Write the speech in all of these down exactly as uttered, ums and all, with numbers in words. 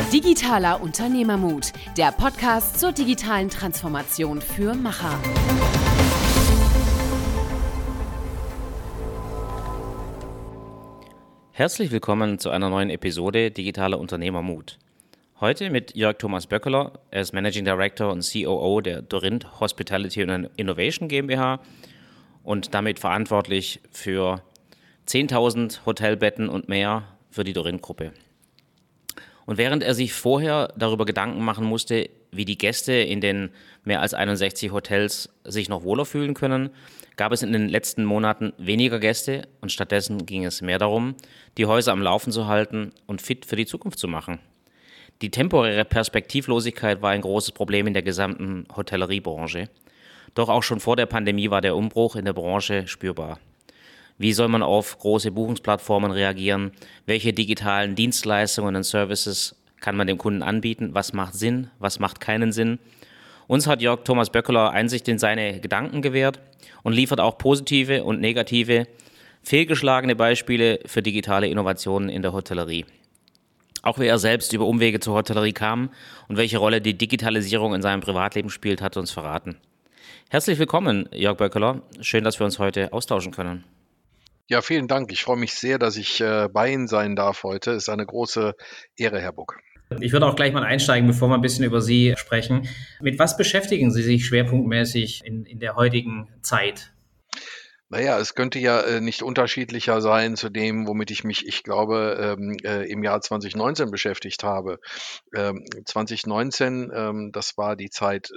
Digitaler Unternehmermut, der Podcast zur digitalen Transformation für Macher. Herzlich willkommen zu einer neuen Episode Digitaler Unternehmermut. Heute mit Jörg Thomas Böckeler. Er ist Managing Director und C O O der Dorint Hospitality and Innovation GmbH und damit verantwortlich für zehntausend Hotelbetten und mehr für die Dorint-Gruppe. Und während er sich vorher darüber Gedanken machen musste, wie die Gäste in den mehr als einundsechzig Hotels sich noch wohler fühlen können, gab es in den letzten Monaten weniger Gäste und stattdessen ging es mehr darum, die Häuser am Laufen zu halten und fit für die Zukunft zu machen. Die temporäre Perspektivlosigkeit war ein großes Problem in der gesamten Hotelleriebranche. Doch auch schon vor der Pandemie war der Umbruch in der Branche spürbar. Wie soll man auf große Buchungsplattformen reagieren? Welche digitalen Dienstleistungen und Services kann man dem Kunden anbieten? Was macht Sinn? Was macht keinen Sinn? Uns hat Jörg Thomas Böckeler Einsicht in seine Gedanken gewährt und liefert auch positive und negative, fehlgeschlagene Beispiele für digitale Innovationen in der Hotellerie. Auch wie er selbst über Umwege zur Hotellerie kam und welche Rolle die Digitalisierung in seinem Privatleben spielt, hat uns verraten. Herzlich willkommen, Jörg Böckeler. Schön, dass wir uns heute austauschen können. Ja, vielen Dank. Ich freue mich sehr, dass ich äh, bei Ihnen sein darf heute. Es ist eine große Ehre, Herr Buck. Ich würde auch gleich mal einsteigen, bevor wir ein bisschen über Sie sprechen. Mit was beschäftigen Sie sich schwerpunktmäßig in, in der heutigen Zeit? Naja, es könnte ja äh, nicht unterschiedlicher sein zu dem, womit ich mich, ich glaube, ähm, äh, im Jahr zwanzig neunzehn beschäftigt habe. Ähm, zwanzig neunzehn, ähm, das war die Zeit,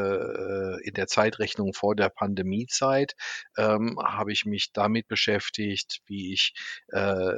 äh, in der Zeitrechnung vor der Pandemiezeit, ähm, habe ich mich damit beschäftigt, wie ich äh,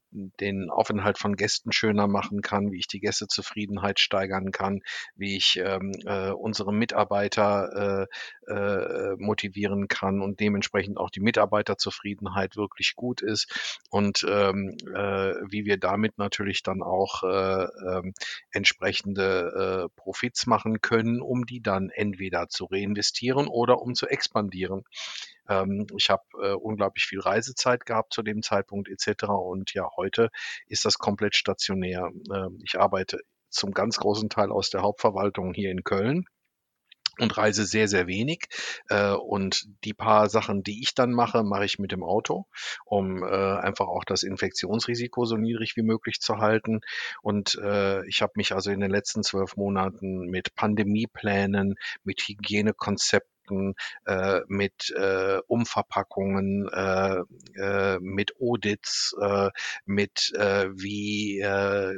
den Aufenthalt von Gästen schöner machen kann, wie ich die Gästezufriedenheit steigern kann, wie ich ähm, äh, unsere Mitarbeiter äh, äh, motivieren kann und dementsprechend auch die Mitarbeiterzufriedenheit wirklich gut ist und ähm, äh, wie wir damit natürlich dann auch äh, äh, entsprechende äh, Profits machen können, um die dann entweder zu reinvestieren oder um zu expandieren. Ähm, ich habe äh, unglaublich viel Reisezeit gehabt zu dem Zeitpunkt et cetera. Und ja, heute ist das komplett stationär. Ähm, ich arbeite zum ganz großen Teil aus der Hauptverwaltung hier in Köln und reise sehr, sehr wenig. Äh, und die paar Sachen, die ich dann mache, mache ich mit dem Auto, um äh, einfach auch das Infektionsrisiko so niedrig wie möglich zu halten. Und äh, ich habe mich also in den letzten zwölf Monaten mit Pandemieplänen, mit Hygienekonzepten, äh, mit äh, Umverpackungen, äh, äh, mit Audits, äh, mit äh, wie äh,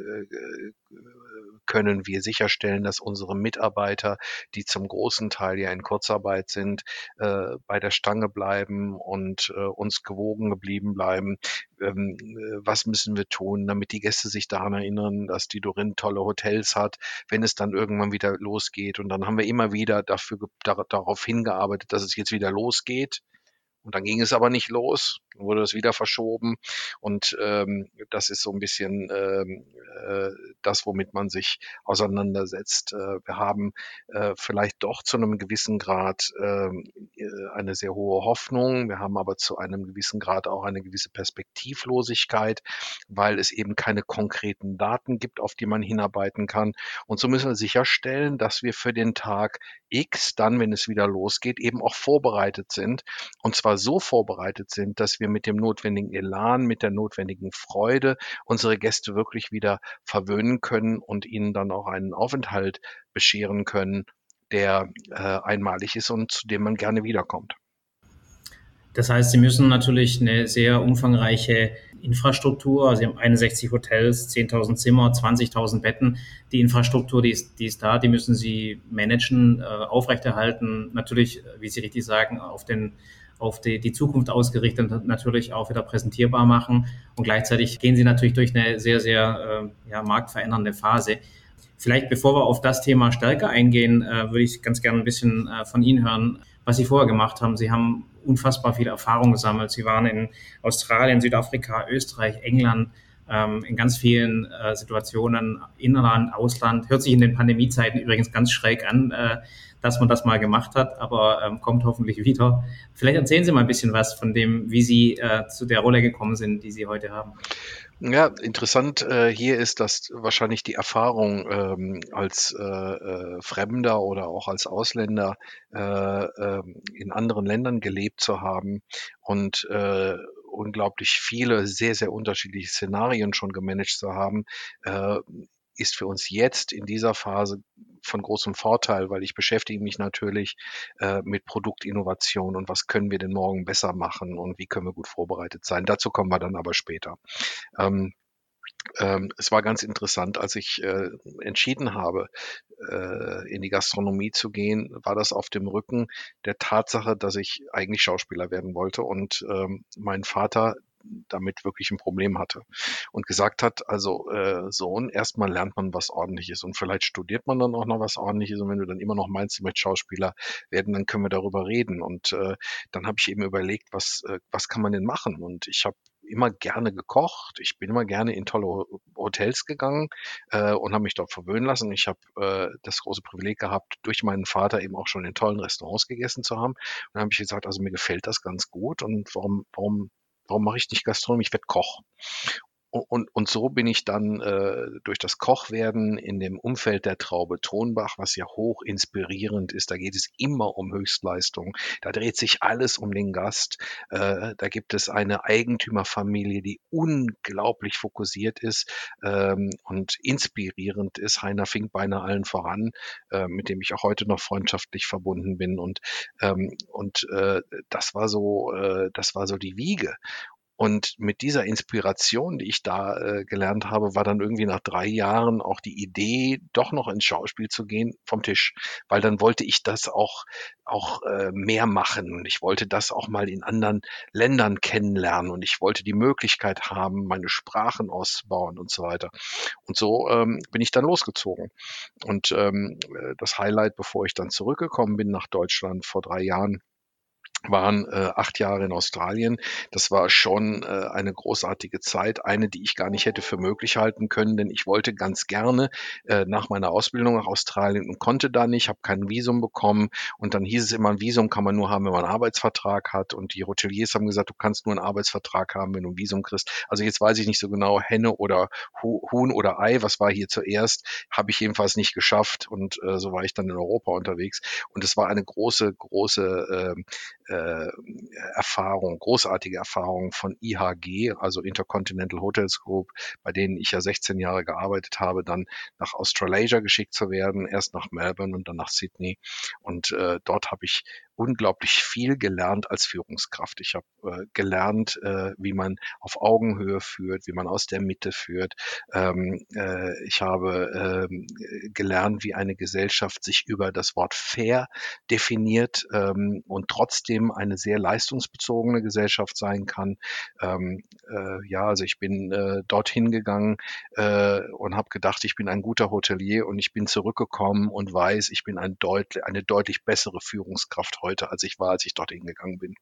können wir sicherstellen, dass unsere Mitarbeiter, die zum großen Teil ja in Kurzarbeit sind, äh, bei der Stange bleiben und äh, uns gewogen geblieben bleiben. Ähm, äh, was müssen wir tun, damit die Gäste sich daran erinnern, dass die Dorint tolle Hotels hat, wenn es dann irgendwann wieder losgeht. Und dann haben wir immer wieder dafür dar, darauf hingearbeitet, dass es jetzt wieder losgeht. Und dann ging es aber nicht los, wurde es wieder verschoben. Und ähm, das ist so ein bisschen ähm, äh, das, womit man sich auseinandersetzt. Äh, wir haben äh, vielleicht doch zu einem gewissen Grad äh, eine sehr hohe Hoffnung. Wir haben aber zu einem gewissen Grad auch eine gewisse Perspektivlosigkeit, weil es eben keine konkreten Daten gibt, auf die man hinarbeiten kann. Und so müssen wir sicherstellen, dass wir für den Tag X, dann, wenn es wieder losgeht, eben auch vorbereitet sind. Und zwar so vorbereitet sind, dass wir mit dem notwendigen Elan, mit der notwendigen Freude unsere Gäste wirklich wieder verwöhnen können und ihnen dann auch einen Aufenthalt bescheren können, der äh, einmalig ist und zu dem man gerne wiederkommt. Das heißt, Sie müssen natürlich eine sehr umfangreiche Infrastruktur, also Sie haben einundsechzig Hotels, zehntausend Zimmer, zwanzigtausend Betten. Die Infrastruktur, die ist, die ist da, die müssen Sie managen, äh, aufrechterhalten. Natürlich, wie Sie richtig sagen, auf den auf die, die Zukunft ausgerichtet und natürlich auch wieder präsentierbar machen. Und gleichzeitig gehen Sie natürlich durch eine sehr, sehr äh, ja, marktverändernde Phase. Vielleicht, bevor wir auf das Thema stärker eingehen, äh, würde ich ganz gerne ein bisschen äh, von Ihnen hören, was Sie vorher gemacht haben. Sie haben unfassbar viel Erfahrung gesammelt. Sie waren in Australien, Südafrika, Österreich, England, ähm, in ganz vielen äh, Situationen, Inland, Ausland. Hört sich in den Pandemiezeiten übrigens ganz schräg an, äh, dass man das mal gemacht hat, aber ähm, kommt hoffentlich wieder. Vielleicht erzählen Sie mal ein bisschen was von dem, wie Sie äh, zu der Rolle gekommen sind, die Sie heute haben. Ja, interessant äh, hier ist, dass wahrscheinlich die Erfahrung ähm, als äh, äh, Fremder oder auch als Ausländer äh, ähm, in anderen Ländern gelebt zu haben und äh, unglaublich viele sehr, sehr unterschiedliche Szenarien schon gemanagt zu haben, äh, ist für uns jetzt in dieser Phase von großem Vorteil, weil ich beschäftige mich natürlich äh, mit Produktinnovation und was können wir denn morgen besser machen und wie können wir gut vorbereitet sein. Dazu kommen wir dann aber später. Ähm, ähm, es war ganz interessant, als ich äh, entschieden habe, äh, in die Gastronomie zu gehen, war das auf dem Rücken der Tatsache, dass ich eigentlich Schauspieler werden wollte und ähm, mein Vater damit wirklich ein Problem hatte und gesagt hat, also äh, Sohn, erstmal lernt man was Ordentliches und vielleicht studiert man dann auch noch was Ordentliches und wenn du dann immer noch meinst, du möchtest Schauspieler werden, dann können wir darüber reden. Und äh, dann habe ich eben überlegt, was, äh, was kann man denn machen? Und ich habe immer gerne gekocht. Ich bin immer gerne in tolle Ho- Hotels gegangen äh, und habe mich dort verwöhnen lassen. Ich habe äh, das große Privileg gehabt, durch meinen Vater eben auch schon in tollen Restaurants gegessen zu haben. Und dann habe ich gesagt, also mir gefällt das ganz gut und warum, warum, warum mache ich nicht Gastronomie? Ich werde Koch. Und, und so bin ich dann äh, durch das Kochwerden in dem Umfeld der Traube Tonbach, was ja hoch inspirierend ist, da geht es immer um Höchstleistung, da dreht sich alles um den Gast, äh, da gibt es eine Eigentümerfamilie, die unglaublich fokussiert ist ähm, und inspirierend ist, Heiner Finkbeiner allen voran, äh, mit dem ich auch heute noch freundschaftlich verbunden bin und, ähm, und äh, das war so, äh, das war so die Wiege. Und mit dieser Inspiration, die ich da äh, gelernt habe, war dann irgendwie nach drei Jahren auch die Idee, doch noch ins Schauspiel zu gehen, vom Tisch. Weil dann wollte ich das auch auch äh, mehr machen und ich wollte das auch mal in anderen Ländern kennenlernen und ich wollte die Möglichkeit haben, meine Sprachen auszubauen und so weiter. Und so ähm, bin ich dann losgezogen. Und ähm, äh, das Highlight, bevor ich dann zurückgekommen bin nach Deutschland vor drei Jahren, waren äh, acht Jahre in Australien. Das war schon äh, eine großartige Zeit, eine, die ich gar nicht hätte für möglich halten können, denn ich wollte ganz gerne äh, nach meiner Ausbildung nach Australien und konnte da nicht, habe kein Visum bekommen und dann hieß es immer, ein Visum kann man nur haben, wenn man einen Arbeitsvertrag hat und die Hoteliers haben gesagt, du kannst nur einen Arbeitsvertrag haben, wenn du ein Visum kriegst. Also jetzt weiß ich nicht so genau, Henne oder Huhn oder Ei, was war hier zuerst, habe ich jedenfalls nicht geschafft und äh, so war ich dann in Europa unterwegs und es war eine große, große äh, äh, Erfahrung, großartige Erfahrung von I H G, also Intercontinental Hotels Group, bei denen ich ja sechzehn Jahre gearbeitet habe, dann nach Australasia geschickt zu werden, erst nach Melbourne und dann nach Sydney. Und äh, dort habe ich unglaublich viel gelernt als Führungskraft. Ich habe äh, gelernt, äh, wie man auf Augenhöhe führt, wie man aus der Mitte führt. Ähm, äh, ich habe ähm, gelernt, wie eine Gesellschaft sich über das Wort fair definiert ähm, und trotzdem eine sehr leistungsbezogene Gesellschaft sein kann. Ähm, äh, ja, also ich bin äh, dorthin gegangen äh, und habe gedacht, ich bin ein guter Hotelier und ich bin zurückgekommen und weiß, ich bin ein deutlich, eine deutlich bessere Führungskraft heute, als ich war, als ich dorthin gegangen bin.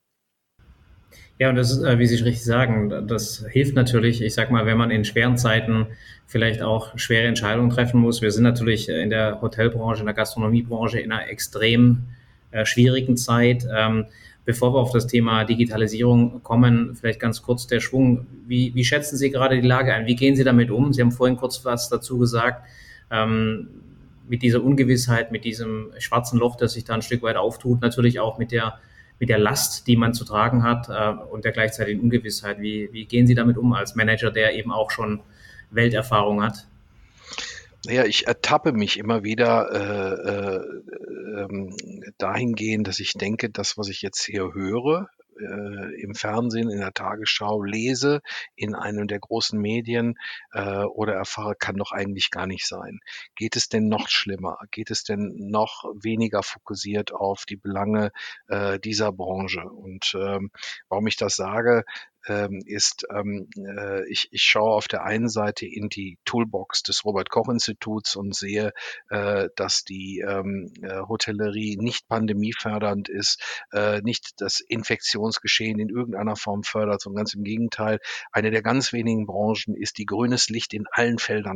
Ja, und das ist, äh, wie Sie richtig sagen, das hilft natürlich, ich sag mal, wenn man in schweren Zeiten vielleicht auch schwere Entscheidungen treffen muss. Wir sind natürlich in der Hotelbranche, in der Gastronomiebranche in einer extrem äh, schwierigen Zeit. Ähm, bevor wir auf das Thema Digitalisierung kommen, vielleicht ganz kurz der Schwung. Wie, wie schätzen Sie gerade die Lage ein? Wie gehen Sie damit um? Sie haben vorhin kurz was dazu gesagt. Ähm, mit dieser Ungewissheit, mit diesem schwarzen Loch, das sich da ein Stück weit auftut, natürlich auch mit der mit der Last, die man zu tragen hat äh, und der gleichzeitigen Ungewissheit. Wie, wie gehen Sie damit um als Manager, der eben auch schon Welterfahrung hat? Naja, ich ertappe mich immer wieder äh, äh, ähm, dahingehend, dass ich denke, das, was ich jetzt hier höre, äh, im Fernsehen, in der Tagesschau lese, in einem der großen Medien äh, oder erfahre, kann doch eigentlich gar nicht sein. Geht es denn noch schlimmer? Geht es denn noch weniger fokussiert auf die Belange äh, dieser Branche? Und ähm, warum ich das sage, ähm, ist, ähm, äh, ich, ich schaue auf der einen Seite in die Toolbox des Robert-Koch-Instituts und sehe, äh, dass die ähm, äh, Hotellerie nicht pandemiefördernd ist, äh, nicht das Infektionsgeschehen in irgendeiner Form fördert, sondern ganz im Gegenteil, eine der ganz wenigen Branchen ist, die grünes Licht in allen Feldern hat.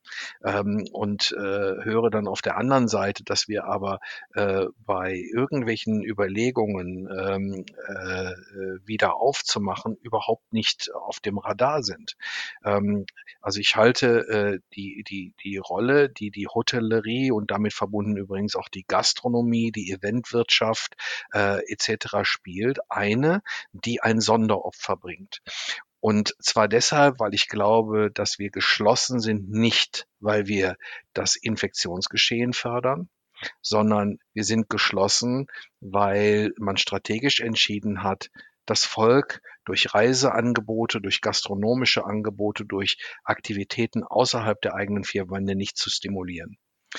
Ähm, und äh, höre dann auf der anderen Seite, dass wir aber äh, bei irgendwelchen Überlegungen ähm, äh, wieder aufzumachen, überhaupt nicht auf dem Radar sind. Ähm, also ich halte äh, die, die, die Rolle, die die Hotellerie und damit verbunden übrigens auch die Gastronomie, die Eventwirtschaft äh, et cetera spielt, eine, die ein Sonderopfer bringt. Und zwar deshalb, weil ich glaube, dass wir geschlossen sind, nicht weil wir das Infektionsgeschehen fördern, sondern wir sind geschlossen, weil man strategisch entschieden hat, das Volk durch Reiseangebote, durch gastronomische Angebote, durch Aktivitäten außerhalb der eigenen vier Wände nicht zu stimulieren.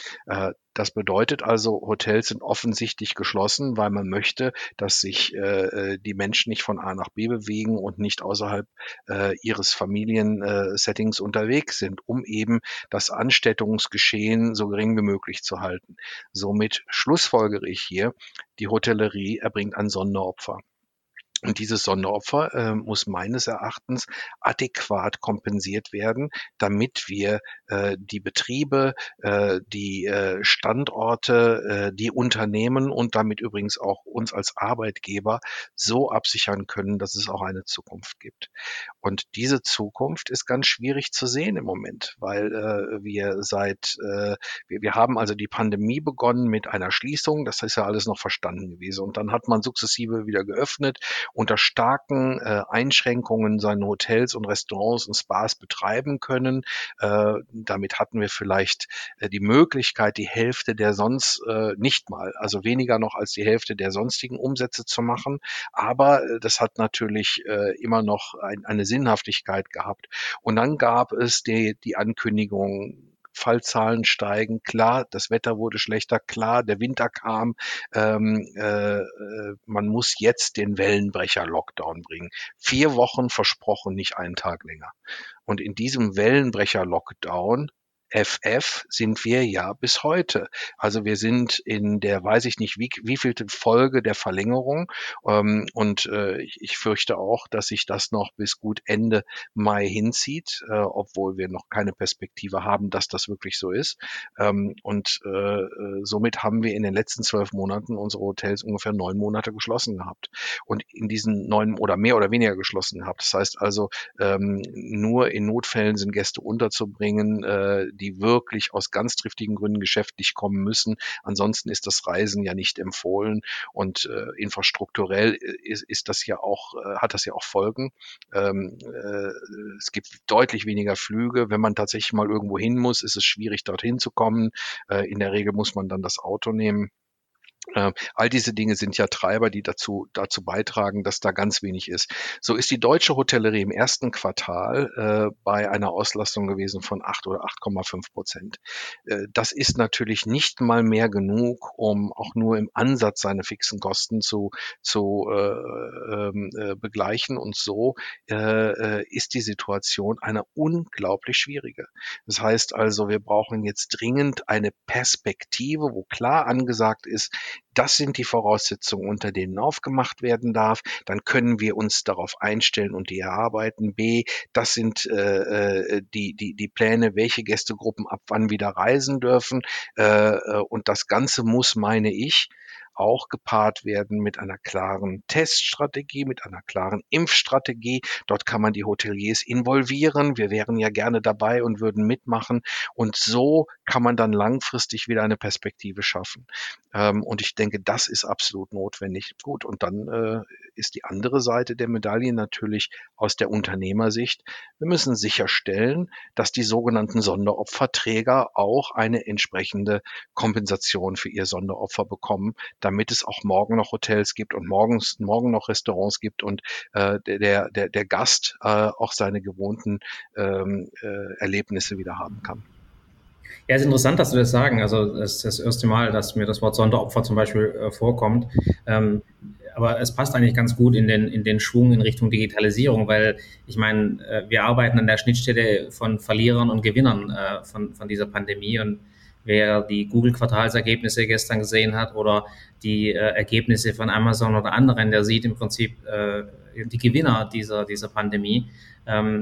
Das bedeutet also, Hotels sind offensichtlich geschlossen, weil man möchte, dass sich äh, die Menschen nicht von A nach B bewegen und nicht außerhalb äh, ihres Familiensettings äh, unterwegs sind, um eben das Ansteckungsgeschehen so gering wie möglich zu halten. Somit schlussfolgere ich hier, die Hotellerie erbringt ein Sonderopfer. Und dieses Sonderopfer äh, muss meines Erachtens adäquat kompensiert werden, damit wir äh, die Betriebe, äh, die äh, Standorte, äh, die Unternehmen und damit übrigens auch uns als Arbeitgeber so absichern können, dass es auch eine Zukunft gibt. Und diese Zukunft ist ganz schwierig zu sehen im Moment, weil äh, wir seit, äh, wir, wir haben also die Pandemie begonnen mit einer Schließung, das ist ja alles noch verstanden gewesen. Und dann hat man sukzessive wieder geöffnet, unter starken äh, Einschränkungen seine Hotels und Restaurants und Spas betreiben können. Äh, damit hatten wir vielleicht äh, die Möglichkeit, die Hälfte der sonst äh, nicht mal, also weniger noch als die Hälfte der sonstigen Umsätze zu machen. Aber äh, das hat natürlich äh, immer noch ein, eine Sinnhaftigkeit gehabt. Und dann gab es die, die Ankündigung, Fallzahlen steigen, klar, das Wetter wurde schlechter, klar, der Winter kam, ähm, äh, man muss jetzt den Wellenbrecher-Lockdown bringen. Vier Wochen versprochen, nicht einen Tag länger. Und in diesem Wellenbrecher-Lockdown F F sind wir ja bis heute. Also wir sind in der, weiß ich nicht, wie, wie vielte Folge der Verlängerung. Ähm, und äh, ich, ich fürchte auch, dass sich das noch bis gut Ende Mai hinzieht, äh, obwohl wir noch keine Perspektive haben, dass das wirklich so ist. Ähm, und äh, somit haben wir in den letzten zwölf Monaten unsere Hotels ungefähr neun Monate geschlossen gehabt. Und in diesen neun oder mehr oder weniger geschlossen gehabt. Das heißt also, ähm, nur in Notfällen sind Gäste unterzubringen, äh, die wirklich aus ganz triftigen Gründen geschäftlich kommen müssen. Ansonsten ist das Reisen ja nicht empfohlen und äh, infrastrukturell ist, ist das ja auch, äh, hat das ja auch Folgen. Ähm, äh, es gibt deutlich weniger Flüge. Wenn man tatsächlich mal irgendwo hin muss, ist es schwierig, dorthin zu kommen. Äh, in der Regel muss man dann das Auto nehmen. Äh, all diese Dinge sind ja Treiber, die dazu, dazu beitragen, dass da ganz wenig ist. So ist die deutsche Hotellerie im ersten Quartal äh, bei einer Auslastung gewesen von acht oder acht Komma fünf Prozent. Äh, das ist natürlich nicht mal mehr genug, um auch nur im Ansatz seine fixen Kosten zu, zu äh, äh, begleichen. Und so äh, ist die Situation eine unglaublich schwierige. Das heißt also, wir brauchen jetzt dringend eine Perspektive, wo klar angesagt ist, das sind die Voraussetzungen, unter denen aufgemacht werden darf. Dann können wir uns darauf einstellen und die erarbeiten. B, das sind äh, die, die, die Pläne, welche Gästegruppen ab wann wieder reisen dürfen. Äh, und das Ganze muss, meine ich, auch gepaart werden mit einer klaren Teststrategie, mit einer klaren Impfstrategie. Dort kann man die Hoteliers involvieren. Wir wären ja gerne dabei und würden mitmachen. Und so kann man dann langfristig wieder eine Perspektive schaffen. Ähm, und ich denke, das ist absolut notwendig. Gut, und dann äh, ist die andere Seite der Medaille natürlich aus der Unternehmersicht. Wir müssen sicherstellen, dass die sogenannten Sonderopferträger auch eine entsprechende Kompensation für ihr Sonderopfer bekommen, damit es auch morgen noch Hotels gibt und morgens, morgen noch Restaurants gibt und äh, der, der, der Gast äh, auch seine gewohnten ähm, äh, Erlebnisse wieder haben kann. Ja, es ist interessant, dass du das sagen. Also es ist das erste Mal, dass mir das Wort Sonderopfer zum Beispiel äh, vorkommt. Ähm, aber es passt eigentlich ganz gut in den, in den Schwung in Richtung Digitalisierung, weil ich meine, äh, wir arbeiten an der Schnittstelle von Verlierern und Gewinnern äh, von, von dieser Pandemie. Und wer die Google-Quartalsergebnisse gestern gesehen hat oder die äh, Ergebnisse von Amazon oder anderen, der sieht im Prinzip äh, die Gewinner dieser, dieser Pandemie. Ähm,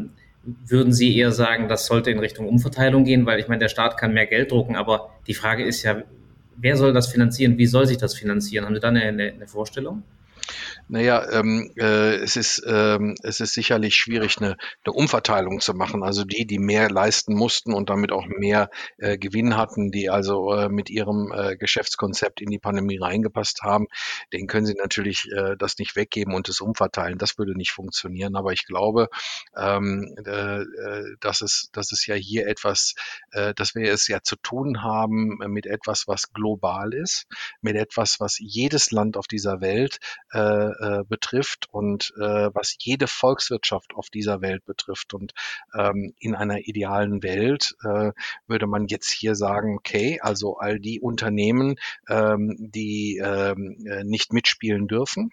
würden Sie eher sagen, das sollte in Richtung Umverteilung gehen? Weil ich meine, der Staat kann mehr Geld drucken, aber die Frage ist ja, wer soll das finanzieren? Wie soll sich das finanzieren? Haben Sie da eine, eine, eine Vorstellung? Naja, ähm, äh, es ist, ähm, es ist sicherlich schwierig, eine, eine Umverteilung zu machen. Also die, die mehr leisten mussten und damit auch mehr äh, Gewinn hatten, die also äh, mit ihrem äh, Geschäftskonzept in die Pandemie reingepasst haben, denen können sie natürlich äh, das nicht weggeben und es umverteilen. Das würde nicht funktionieren. Aber ich glaube, ähm, äh, äh, dass es, dass es ja hier etwas, äh, dass wir es ja zu tun haben mit etwas, was global ist, mit etwas, was jedes Land auf dieser Welt äh, äh, betrifft und äh, was jede Volkswirtschaft auf dieser Welt betrifft. Und ähm, in einer idealen Welt äh, würde man jetzt hier sagen, okay, also all die Unternehmen, ähm, die ähm, äh, nicht mitspielen dürfen,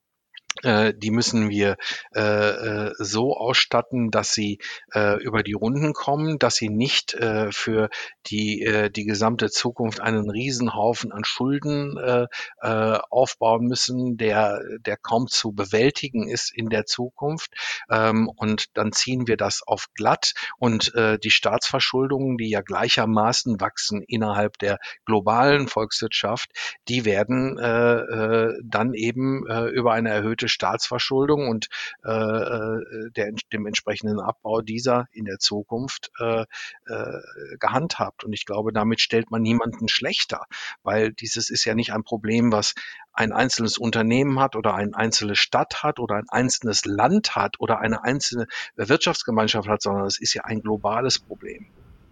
äh, die müssen wir äh, äh, so ausstatten, dass sie äh, über die Runden kommen, dass sie nicht äh, für die, äh, die gesamte Zukunft einen Riesenhaufen an Schulden äh, äh, aufbauen müssen, der, der kaum zu bewältigen ist in der Zukunft. Ähm, und dann ziehen wir das auf glatt und äh, die Staatsverschuldungen, die ja gleichermaßen wachsen innerhalb der globalen Volkswirtschaft, die werden äh, äh, dann eben äh, über eine erhöhte Staatsverschuldung und äh, äh, der, dem entsprechenden Abbau dieser in der Zukunft äh, äh, gehandhabt. Und ich glaube, damit stellt man niemanden schlechter, weil dieses ist ja nicht ein Problem, was ein einzelnes Unternehmen hat oder eine einzelne Stadt hat oder ein einzelnes Land hat oder eine einzelne Wirtschaftsgemeinschaft hat, sondern es ist ja ein globales Problem.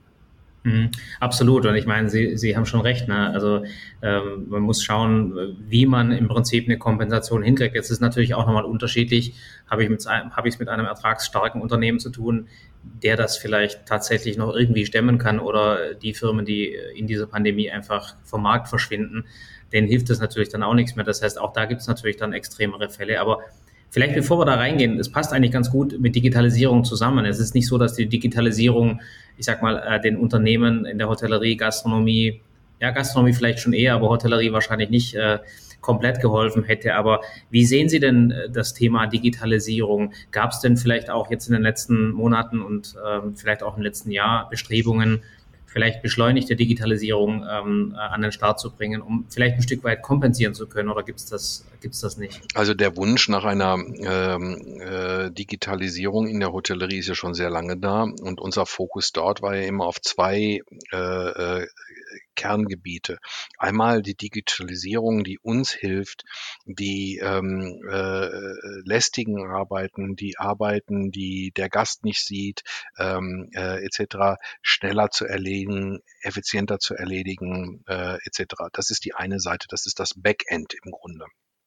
Mhm, absolut. Und ich meine, Sie, Sie haben schon recht. Ne? Also ähm, man muss schauen, wie man im Prinzip eine Kompensation hinkriegt. Jetzt ist natürlich auch nochmal unterschiedlich. Habe ich mit, habe ich es mit einem ertragsstarken Unternehmen zu tun, der das vielleicht tatsächlich noch irgendwie stemmen kann, oder die Firmen, die in dieser Pandemie einfach vom Markt verschwinden, denen hilft das natürlich dann auch nichts mehr. Das heißt, auch da gibt es natürlich dann extremere Fälle. Aber vielleicht bevor wir da reingehen, es passt eigentlich ganz gut mit Digitalisierung zusammen. Es ist nicht so, dass die Digitalisierung, ich sag mal, den Unternehmen in der Hotellerie, Gastronomie, ja, Gastronomie vielleicht schon eher, aber Hotellerie wahrscheinlich nicht äh, komplett geholfen hätte. Aber wie sehen Sie denn das Thema Digitalisierung? Gab es denn vielleicht auch jetzt in den letzten Monaten und ähm, vielleicht auch im letzten Jahr Bestrebungen, vielleicht beschleunigte Digitalisierung ähm, an den Start zu bringen, um vielleicht ein Stück weit kompensieren zu können, oder gibt es das, gibt's das nicht? Also der Wunsch nach einer ähm, äh, Digitalisierung in der Hotellerie ist ja schon sehr lange da und unser Fokus dort war ja immer auf zwei äh, äh, Kerngebiete. Einmal die Digitalisierung, die uns hilft, die ähm, äh, lästigen Arbeiten, die Arbeiten, die der Gast nicht sieht, ähm, äh, et cetera, schneller zu erledigen, effizienter zu erledigen, äh, et cetera. Das ist die eine Seite, das ist das Backend im Grunde.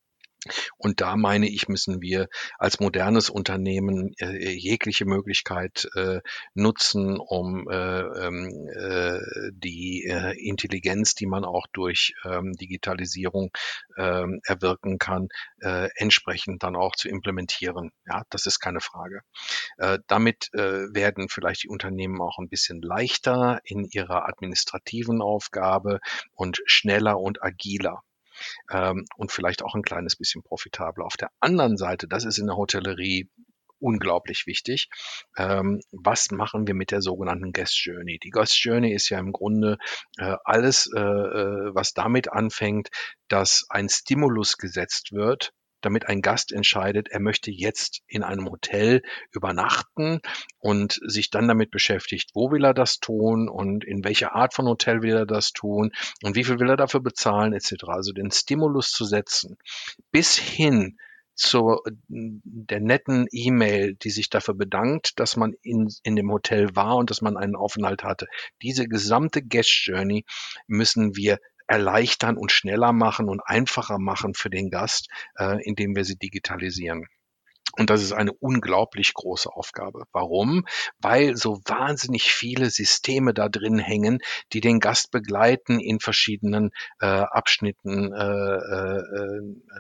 Und da meine ich, müssen wir als modernes Unternehmen äh, jegliche Möglichkeit äh, nutzen, um äh, äh, die äh, Intelligenz, die man auch durch ähm, Digitalisierung äh, erwirken kann, äh, entsprechend dann auch zu implementieren. Ja, das ist keine Frage. Äh, damit äh, werden vielleicht die Unternehmen auch ein bisschen leichter in ihrer administrativen Aufgabe und schneller und agiler. Ähm, und vielleicht auch ein kleines bisschen profitabler. Auf der anderen Seite, das ist in der Hotellerie unglaublich wichtig. Ähm, was machen wir mit der sogenannten Guest Journey? Die Guest Journey ist ja im Grunde äh, alles, äh, was damit anfängt, dass ein Stimulus gesetzt wird, damit ein Gast entscheidet, er möchte jetzt in einem Hotel übernachten und sich dann damit beschäftigt, wo will er das tun und in welcher Art von Hotel will er das tun und wie viel will er dafür bezahlen et cetera. Also den Stimulus zu setzen, bis hin zu der netten E-Mail, die sich dafür bedankt, dass man in, in dem Hotel war und dass man einen Aufenthalt hatte. Diese gesamte Guest Journey müssen wir erleichtern und schneller machen und einfacher machen für den Gast, äh, indem wir sie digitalisieren. Und das ist eine unglaublich große Aufgabe. Warum? Weil so wahnsinnig viele Systeme da drin hängen, die den Gast begleiten in verschiedenen äh, Abschnitten äh, äh,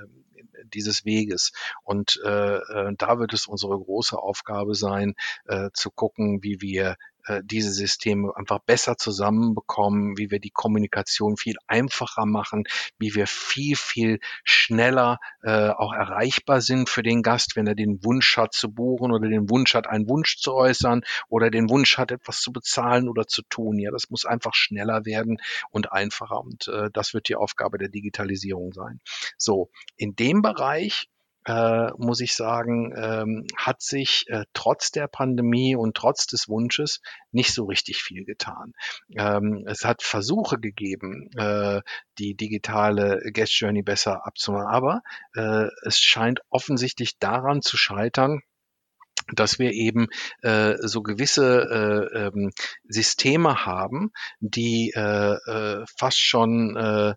dieses Weges. Und äh, da wird es unsere große Aufgabe sein, äh, zu gucken, wie wir äh, diese Systeme einfach besser zusammenbekommen, wie wir die Kommunikation viel einfacher machen, wie wir viel, viel schneller äh, auch erreichbar sind für den Gast, wenn er den Wunsch hat zu buchen oder den Wunsch hat, einen Wunsch zu äußern oder den Wunsch hat, etwas zu bezahlen oder zu tun. Ja, das muss einfach schneller werden und einfacher. Und äh, das wird die Aufgabe der Digitalisierung sein. So, in dem Bereich äh, muss ich sagen, ähm, hat sich äh, trotz der Pandemie und trotz des Wunsches nicht so richtig viel getan. Ähm, es hat Versuche gegeben, äh, die digitale Guest Journey besser abzumachen, aber äh, es scheint offensichtlich daran zu scheitern, dass wir eben äh, so gewisse äh, ähm, Systeme haben, die äh, äh, fast schon äh,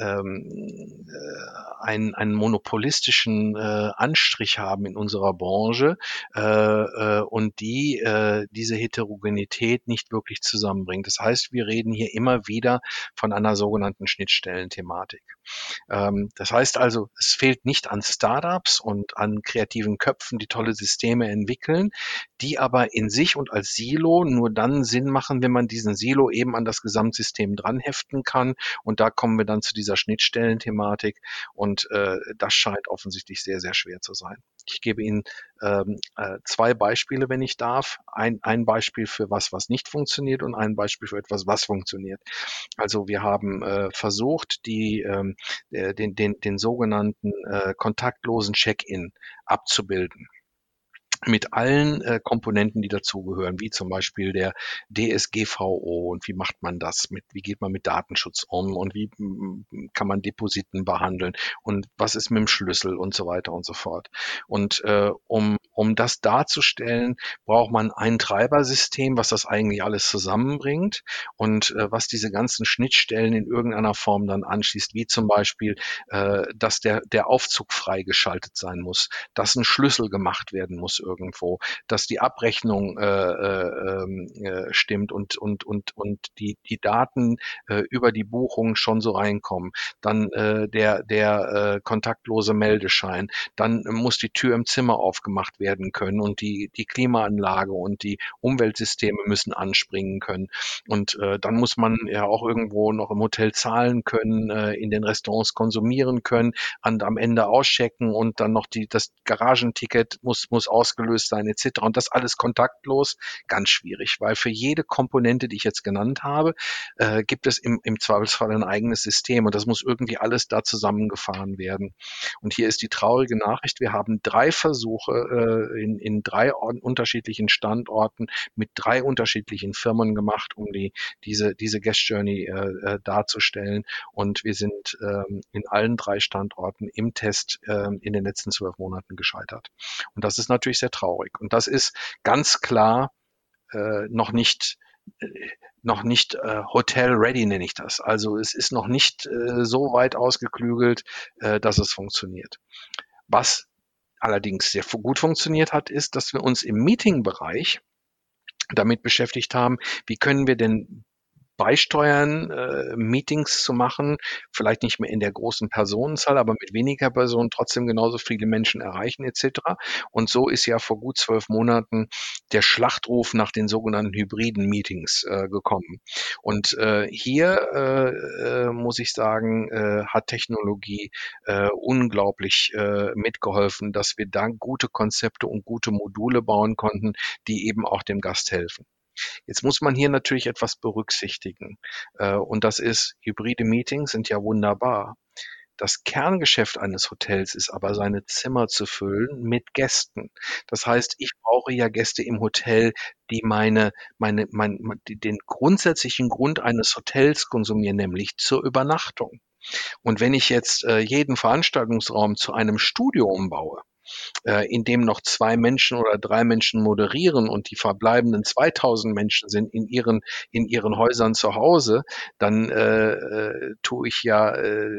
ähm, äh, einen, einen monopolistischen äh, Anstrich haben in unserer Branche äh, äh, und die äh, diese Heterogenität nicht wirklich zusammenbringt. Das heißt, wir reden hier immer wieder von einer sogenannten Schnittstellenthematik. Ähm, das heißt also, es fehlt nicht an Startups und an kreativen Köpfen, die tolle Systeme entwickeln, die aber in sich und als Silo nur dann Sinn machen, wenn man diesen Silo eben an das Gesamtsystem dranheften kann. Und da kommen wir dann zu dieser Schnittstellenthematik. Und äh, das scheint offensichtlich sehr, sehr schwer zu sein. Ich gebe Ihnen ähm, äh, zwei Beispiele, wenn ich darf. Ein, ein Beispiel für was, was nicht funktioniert und ein Beispiel für etwas, was funktioniert. Also wir haben äh, versucht, die, ähm, äh, den, den, den sogenannten äh, kontaktlosen Check-in abzubilden. Mit allen äh, Komponenten, die dazugehören, wie zum Beispiel der D S G V O und wie macht man das, mit, wie geht man mit Datenschutz um und wie m, kann man Depositen behandeln und was ist mit dem Schlüssel und so weiter und so fort. Und äh, um, um das darzustellen, braucht man ein Treibersystem, was das eigentlich alles zusammenbringt und äh, was diese ganzen Schnittstellen in irgendeiner Form dann anschließt, wie zum Beispiel, äh, dass der, der Aufzug freigeschaltet sein muss, dass ein Schlüssel gemacht werden muss irgendwo, dass die Abrechnung äh, äh, äh, stimmt und und und und die die Daten äh, über die Buchung schon so reinkommen. Dann äh, der der äh, kontaktlose Meldeschein. Dann muss die Tür im Zimmer aufgemacht werden können und die die Klimaanlage und die Umweltsysteme müssen anspringen können. Und äh, dann muss man ja auch irgendwo noch im Hotel zahlen können, äh, in den Restaurants konsumieren können, und am Ende auschecken und dann noch die das Garagenticket muss muss ausgelöst sein et cetera. Und das alles kontaktlos, ganz schwierig, weil für jede Komponente, die ich jetzt genannt habe, äh, gibt es im, im Zweifelsfall ein eigenes System und das muss irgendwie alles da zusammengefahren werden. Und hier ist die traurige Nachricht, wir haben drei Versuche äh, in, in drei unterschiedlichen Standorten mit drei unterschiedlichen Firmen gemacht, um die, diese, diese Guest Journey äh, darzustellen und wir sind ähm, in allen drei Standorten im Test äh, in den letzten zwölf Monaten gescheitert. Und das ist natürlich sehr traurig. Und das ist ganz klar äh, noch nicht äh, noch nicht äh, Hotel ready, nenne ich das. Also es ist noch nicht äh, so weit ausgeklügelt, äh, dass es funktioniert. Was allerdings sehr gut funktioniert hat, ist, dass wir uns im Meeting-Bereich damit beschäftigt haben, wie können wir denn beisteuern, äh, Meetings zu machen, vielleicht nicht mehr in der großen Personenzahl, aber mit weniger Personen trotzdem genauso viele Menschen erreichen et cetera. Und so ist ja vor gut zwölf Monaten der Schlachtruf nach den sogenannten hybriden Meetings äh, gekommen. Und äh, hier äh, äh, muss ich sagen, äh, hat Technologie äh, unglaublich äh, mitgeholfen, dass wir da gute Konzepte und gute Module bauen konnten, die eben auch dem Gast helfen. Jetzt muss man hier natürlich etwas berücksichtigen. Äh, und das ist, hybride Meetings sind ja wunderbar. Das Kerngeschäft eines Hotels ist aber, seine Zimmer zu füllen mit Gästen. Das heißt, ich brauche ja Gäste im Hotel, die meine, meine, mein, die den grundsätzlichen Grund eines Hotels konsumieren, nämlich zur Übernachtung. Und wenn ich jetzt äh, jeden Veranstaltungsraum zu einem Studio umbaue, in dem noch zwei Menschen oder drei Menschen moderieren und die verbleibenden zweitausend Menschen sind in ihren in ihren Häusern zu Hause, dann äh, äh, tue ich ja äh,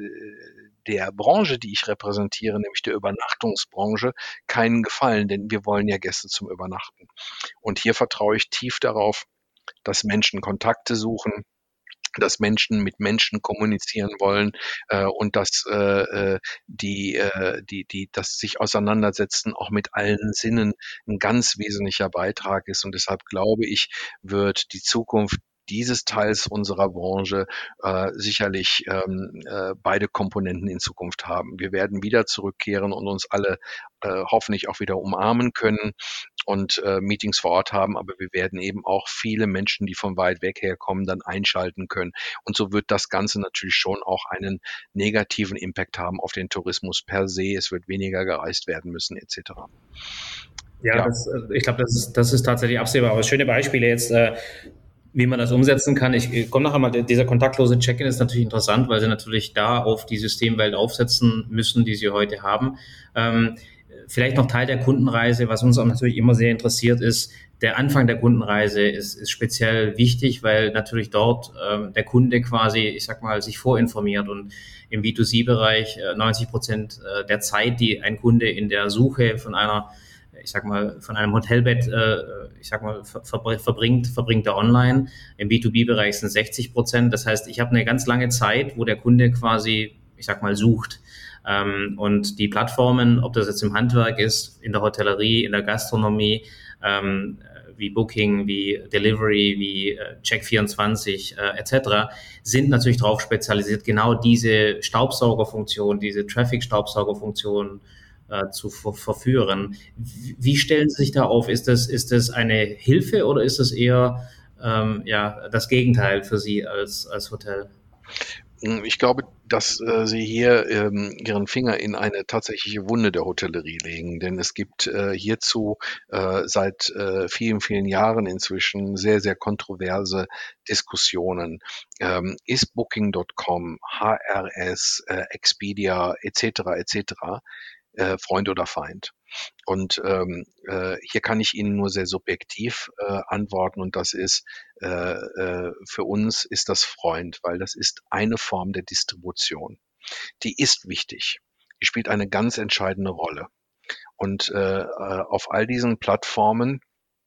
der Branche, die ich repräsentiere, nämlich der Übernachtungsbranche, keinen Gefallen, denn wir wollen ja Gäste zum Übernachten. Und hier vertraue ich tief darauf, dass Menschen Kontakte suchen, dass Menschen mit Menschen kommunizieren wollen äh, und dass äh, die, äh, die, die, das sich auseinandersetzen auch mit allen Sinnen ein ganz wesentlicher Beitrag ist. Und deshalb glaube ich, wird die Zukunft dieses Teils unserer Branche äh, sicherlich ähm, äh, beide Komponenten in Zukunft haben. Wir werden wieder zurückkehren und uns alle äh, hoffentlich auch wieder umarmen können und äh, Meetings vor Ort haben, aber wir werden eben auch viele Menschen, die von weit weg herkommen, dann einschalten können. Und so wird das Ganze natürlich schon auch einen negativen Impact haben auf den Tourismus per se. Es wird weniger gereist werden müssen, et cetera. Ja, ja. Das, ich glaube, das ist, das ist tatsächlich absehbar. Aber schöne Beispiele jetzt, äh, wie man das umsetzen kann. Ich, ich komme nachher mal, dieser kontaktlose Check-in ist natürlich interessant, weil sie natürlich da auf die Systemwelt aufsetzen müssen, die sie heute haben. Ähm, vielleicht noch Teil der Kundenreise, was uns auch natürlich immer sehr interessiert ist, der Anfang der Kundenreise ist, ist speziell wichtig, weil natürlich dort ähm, der Kunde quasi, ich sag mal, sich vorinformiert und im B zwei C-Bereich äh, neunzig Prozent der Zeit, die ein Kunde in der Suche von einer ich sag mal, von einem Hotelbett, äh, ich sag mal, ver- verbringt, verbringt er online. Im B zwei B-Bereich sind sechzig Prozent. Das heißt, ich habe eine ganz lange Zeit, wo der Kunde quasi, ich sag mal, sucht. Ähm, und die Plattformen, ob das jetzt im Handwerk ist, in der Hotellerie, in der Gastronomie, ähm, wie Booking, wie Delivery, wie äh, Check vierundzwanzig äh, et cetera, sind natürlich darauf spezialisiert, genau diese Staubsaugerfunktion, diese Traffic-Staubsaugerfunktion zu ver- verführen. Wie stellen Sie sich da auf? Ist das, ist das eine Hilfe oder ist das eher ähm, ja, das Gegenteil für Sie als, als Hotel? Ich glaube, dass äh, Sie hier ähm, Ihren Finger in eine tatsächliche Wunde der Hotellerie legen, denn es gibt äh, hierzu äh, seit äh, vielen, vielen Jahren inzwischen sehr, sehr kontroverse Diskussionen. Ähm, ist Booking Punkt com, H R S, äh, Expedia et cetera et cetera äh, Freund oder Feind? Und ähm, äh, hier kann ich Ihnen nur sehr subjektiv äh, antworten und das ist, äh, äh, für uns ist das Freund, weil das ist eine Form der Distribution. Die ist wichtig. Die spielt eine ganz entscheidende Rolle. Und äh, auf all diesen Plattformen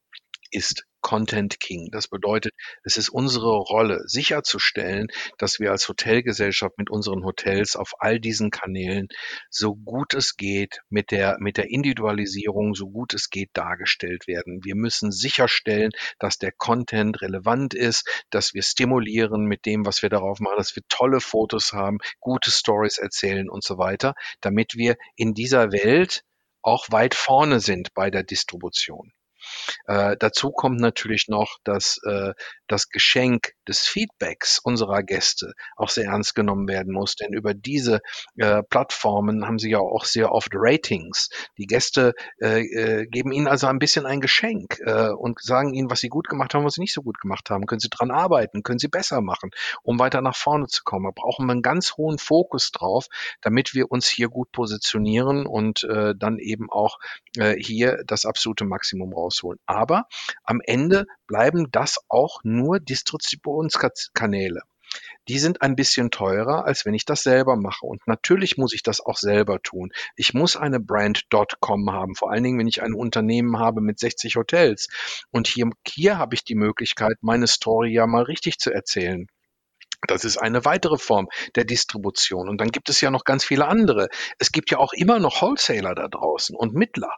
ist Content King. Das bedeutet, es ist unsere Rolle, sicherzustellen, dass wir als Hotelgesellschaft mit unseren Hotels auf all diesen Kanälen so gut es geht mit der, mit der Individualisierung, so gut es geht dargestellt werden. Wir müssen sicherstellen, dass der Content relevant ist, dass wir stimulieren mit dem, was wir darauf machen, dass wir tolle Fotos haben, gute Stories erzählen und so weiter, damit wir in dieser Welt auch weit vorne sind bei der Distribution. Äh, dazu kommt natürlich noch, dass äh, das Geschenk des Feedbacks unserer Gäste auch sehr ernst genommen werden muss, denn über diese äh, Plattformen haben sie ja auch sehr oft Ratings. Die Gäste äh, äh, geben ihnen also ein bisschen ein Geschenk äh, und sagen ihnen, was sie gut gemacht haben, was sie nicht so gut gemacht haben. Können sie dran arbeiten, können sie besser machen, um weiter nach vorne zu kommen. Da brauchen wir einen ganz hohen Fokus drauf, damit wir uns hier gut positionieren und äh, dann eben auch äh, hier das absolute Maximum rausholen. Aber am Ende bleiben das auch nur Distributionskanäle. Die sind ein bisschen teurer, als wenn ich das selber mache. Und natürlich muss ich das auch selber tun. Ich muss eine Brand Punkt com haben, vor allen Dingen, wenn ich ein Unternehmen habe mit sechzig Hotels. Und hier, hier habe ich die Möglichkeit, meine Story ja mal richtig zu erzählen. Das ist eine weitere Form der Distribution. Und dann gibt es ja noch ganz viele andere. Es gibt ja auch immer noch Wholesaler da draußen und Mittler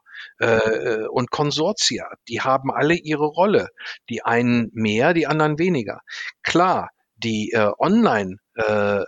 äh, und Konsortia. Die haben alle ihre Rolle. Die einen mehr, die anderen weniger. Klar, die äh, Online äh,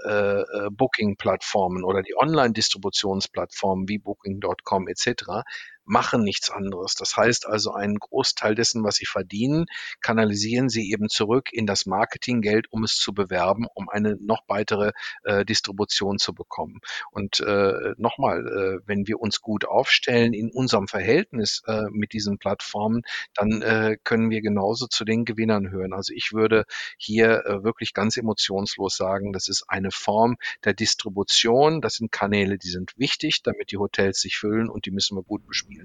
äh, Booking-Plattformen oder die Online-Distributionsplattformen wie Booking Punkt com et cetera machen nichts anderes. Das heißt also, einen Großteil dessen, was sie verdienen, kanalisieren sie eben zurück in das Marketinggeld, um es zu bewerben, um eine noch weitere äh, Distribution zu bekommen. Und äh, nochmal, äh, wenn wir uns gut aufstellen in unserem Verhältnis äh, mit diesen Plattformen, dann äh, können wir genauso zu den Gewinnern hören. Also ich würde hier äh, wirklich ganz emotionslos sagen, das ist eine Form der Distribution. Das sind Kanäle, die sind wichtig, damit die Hotels sich füllen und die müssen wir gut bespielen.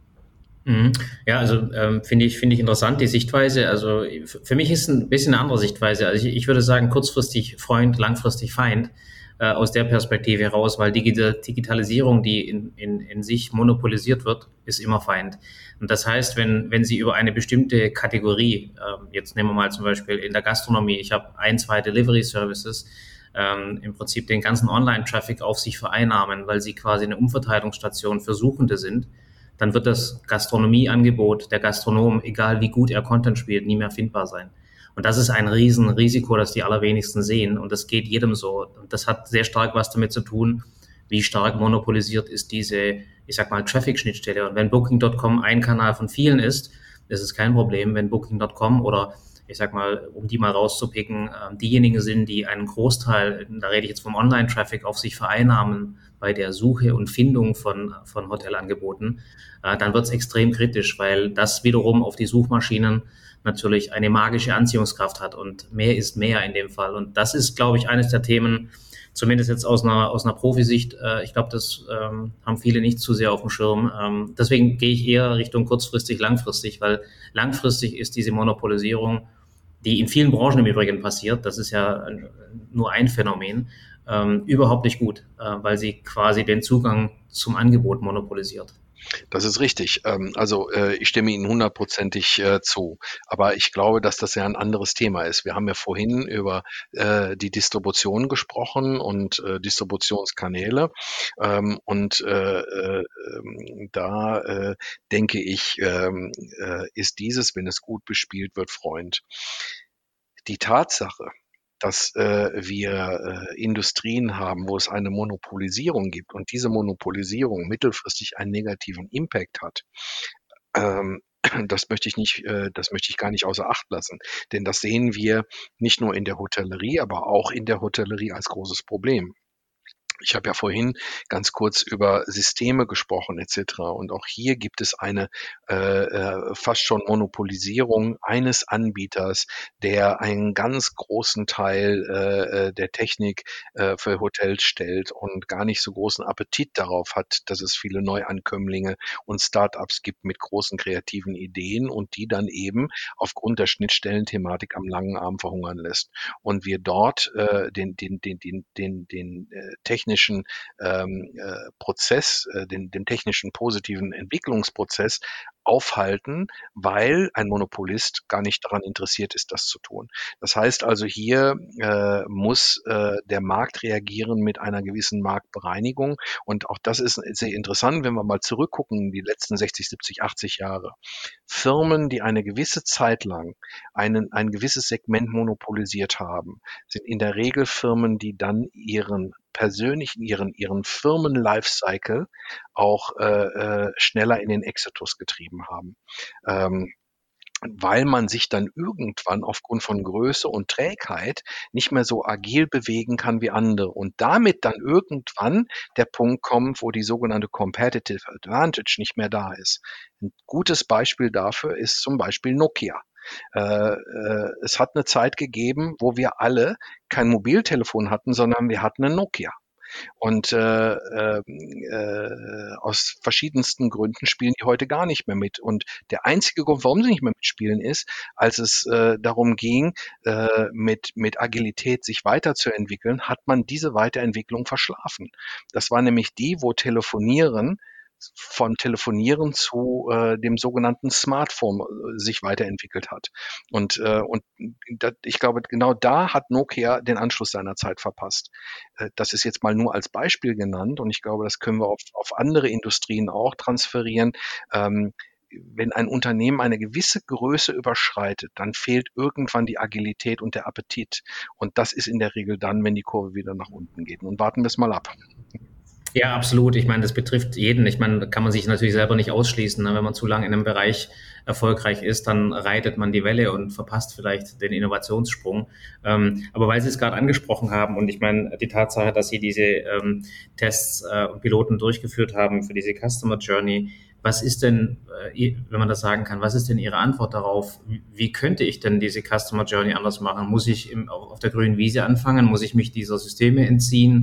Ja, also ähm, finde ich, finde ich interessant, die Sichtweise. Also für mich ist ein bisschen eine andere Sichtweise. Also ich, ich würde sagen, kurzfristig Freund, langfristig Feind. äh, aus der Perspektive heraus, weil die Digitalisierung, die in, in, in sich monopolisiert wird, ist immer Feind. Und das heißt, wenn, wenn Sie über eine bestimmte Kategorie, äh, jetzt nehmen wir mal zum Beispiel in der Gastronomie, ich habe ein, zwei Delivery Services, ähm, im Prinzip den ganzen Online-Traffic auf sich vereinnahmen, weil sie quasi eine Umverteilungsstation für Suchende sind, dann wird das Gastronomieangebot, der Gastronom, egal wie gut er Content spielt, nie mehr findbar sein. Und das ist ein Riesenrisiko, das die allerwenigsten sehen. Und das geht jedem so. Und das hat sehr stark was damit zu tun, wie stark monopolisiert ist diese, ich sag mal, Traffic-Schnittstelle. Und wenn Booking Punkt com ein Kanal von vielen ist, ist es kein Problem. Wenn Booking Punkt com oder, ich sag mal, um die mal rauszupicken, diejenigen sind, die einen Großteil, da rede ich jetzt vom Online-Traffic, auf sich vereinnahmen bei der Suche und Findung von, von Hotelangeboten, dann wird es extrem kritisch, weil das wiederum auf die Suchmaschinen natürlich eine magische Anziehungskraft hat und mehr ist mehr in dem Fall. Und das ist, glaube ich, eines der Themen, zumindest jetzt aus einer, aus einer Profisicht, äh, ich glaube, das ähm, haben viele nicht zu sehr auf dem Schirm. Ähm, deswegen gehe ich eher Richtung kurzfristig, langfristig, weil langfristig ist diese Monopolisierung, die in vielen Branchen im Übrigen passiert, das ist ja nur ein Phänomen, ähm, überhaupt nicht gut, äh, weil sie quasi den Zugang zum Angebot monopolisiert. Das ist richtig. Also ich stimme Ihnen hundertprozentig zu. Aber ich glaube, dass das ja ein anderes Thema ist. Wir haben ja vorhin über die Distribution gesprochen und Distributionskanäle. Und da denke ich, ist dieses, wenn es gut bespielt wird, Freund. Die Tatsache, dass äh, wir äh, Industrien haben, wo es eine Monopolisierung gibt und diese Monopolisierung mittelfristig einen negativen Impact hat, ähm, das möchte ich nicht, äh, das möchte ich gar nicht außer Acht lassen. Denn das sehen wir nicht nur in der Hotellerie, aber auch in der Hotellerie als großes Problem. Ich habe ja vorhin ganz kurz über Systeme gesprochen et cetera. Und auch hier gibt es eine äh, fast schon Monopolisierung eines Anbieters, der einen ganz großen Teil äh, der Technik äh, für Hotels stellt und gar nicht so großen Appetit darauf hat, dass es viele Neuankömmlinge und Startups gibt mit großen kreativen Ideen und die dann eben aufgrund der Schnittstellenthematik am langen Arm verhungern lässt. Und wir dort äh, den, den, den, den, den, den äh, technischen ähm, äh, Prozess, äh, den, den technischen positiven Entwicklungsprozess aufhalten, weil ein Monopolist gar nicht daran interessiert ist, das zu tun. Das heißt also, hier äh, muss äh, der Markt reagieren mit einer gewissen Marktbereinigung. Und auch das ist sehr interessant, wenn wir mal zurückgucken, die letzten sechzig, siebzig, achtzig Jahre. Firmen, die eine gewisse Zeit lang einen, ein gewisses Segment monopolisiert haben, sind in der Regel Firmen, die dann ihren persönlichen, ihren, ihren Firmen-Lifecycle auch äh, äh, schneller in den Exitus getrieben haben. Ähm, weil man sich dann irgendwann aufgrund von Größe und Trägheit nicht mehr so agil bewegen kann wie andere und damit dann irgendwann der Punkt kommt, wo die sogenannte Competitive Advantage nicht mehr da ist. Ein gutes Beispiel dafür ist zum Beispiel Nokia. Äh, äh, es hat eine Zeit gegeben, wo wir alle kein Mobiltelefon hatten, sondern wir hatten ein Nokia. Und äh, äh, aus verschiedensten Gründen spielen die heute gar nicht mehr mit. Und der einzige Grund, warum sie nicht mehr mitspielen, ist, als es äh, darum ging, äh, mit, mit Agilität sich weiterzuentwickeln, hat man diese Weiterentwicklung verschlafen. Das war nämlich die, wo Telefonieren von Telefonieren zu äh, dem sogenannten Smartphone äh, sich weiterentwickelt hat. Und, äh, und dat, ich glaube, genau da hat Nokia den Anschluss seiner Zeit verpasst. Äh, das ist jetzt mal nur als Beispiel genannt und ich glaube, das können wir auf, auf andere Industrien auch transferieren. Ähm, wenn ein Unternehmen eine gewisse Größe überschreitet, dann fehlt irgendwann die Agilität und der Appetit. Und das ist in der Regel dann, wenn die Kurve wieder nach unten geht. Und warten wir es mal ab. Ja, absolut. Ich meine, das betrifft jeden. Ich meine, da kann man sich natürlich selber nicht ausschließen. Ne? Wenn man zu lange in einem Bereich erfolgreich ist, dann reitet man die Welle und verpasst vielleicht den Innovationssprung. Ähm, aber weil Sie es gerade angesprochen haben und ich meine, die Tatsache, dass Sie diese ähm, Tests äh, und Piloten durchgeführt haben für diese Customer Journey, was ist denn, äh, wenn man das sagen kann, was ist denn Ihre Antwort darauf? Wie könnte ich denn diese Customer Journey anders machen? Muss ich im, auf der grünen Wiese anfangen? Muss ich mich dieser Systeme entziehen?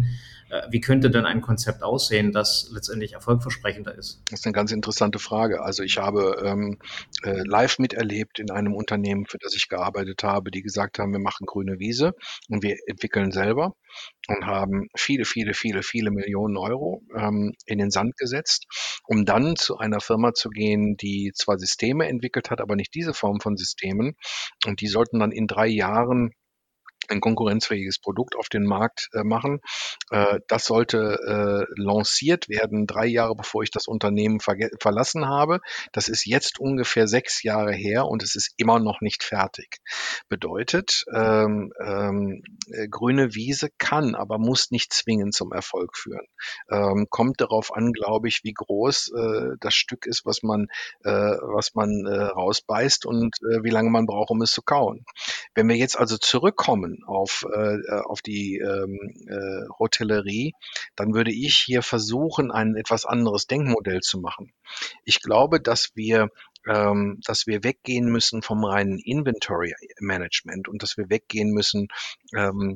Äh, wie könnte denn ein Konzept aussehen, das letztendlich erfolgversprechender ist? Das ist eine ganz interessante Frage. Also ich habe ähm, äh, live miterlebt in einem Unternehmen, für das ich gearbeitet habe, die gesagt haben, wir machen grüne Wiese und wir entwickeln selber und haben viele, viele, viele, viele Millionen Euro ähm, in den Sand gesetzt, um dann zu einer Firma zu gehen, die zwar Systeme entwickelt hat, aber nicht diese Form von Systemen. Und die sollten dann in drei Jahren ein konkurrenzfähiges Produkt auf den Markt äh, machen. Äh, das sollte äh, lanciert werden, drei Jahre bevor ich das Unternehmen verge- verlassen habe. Das ist jetzt ungefähr sechs Jahre her und es ist immer noch nicht fertig. Bedeutet, ähm, ähm, äh, grüne Wiese kann, aber muss nicht zwingend zum Erfolg führen. Ähm, kommt darauf an, glaube ich, wie groß äh, das Stück ist, was man, äh, was man äh, rausbeißt und äh, wie lange man braucht, um es zu kauen. Wenn wir jetzt also zurückkommen auf, äh, auf die ähm, äh, Hotellerie, dann würde ich hier versuchen, ein etwas anderes Denkmodell zu machen. Ich glaube, dass wir ähm, dass wir weggehen müssen vom reinen Inventory Management und dass wir weggehen müssen ähm,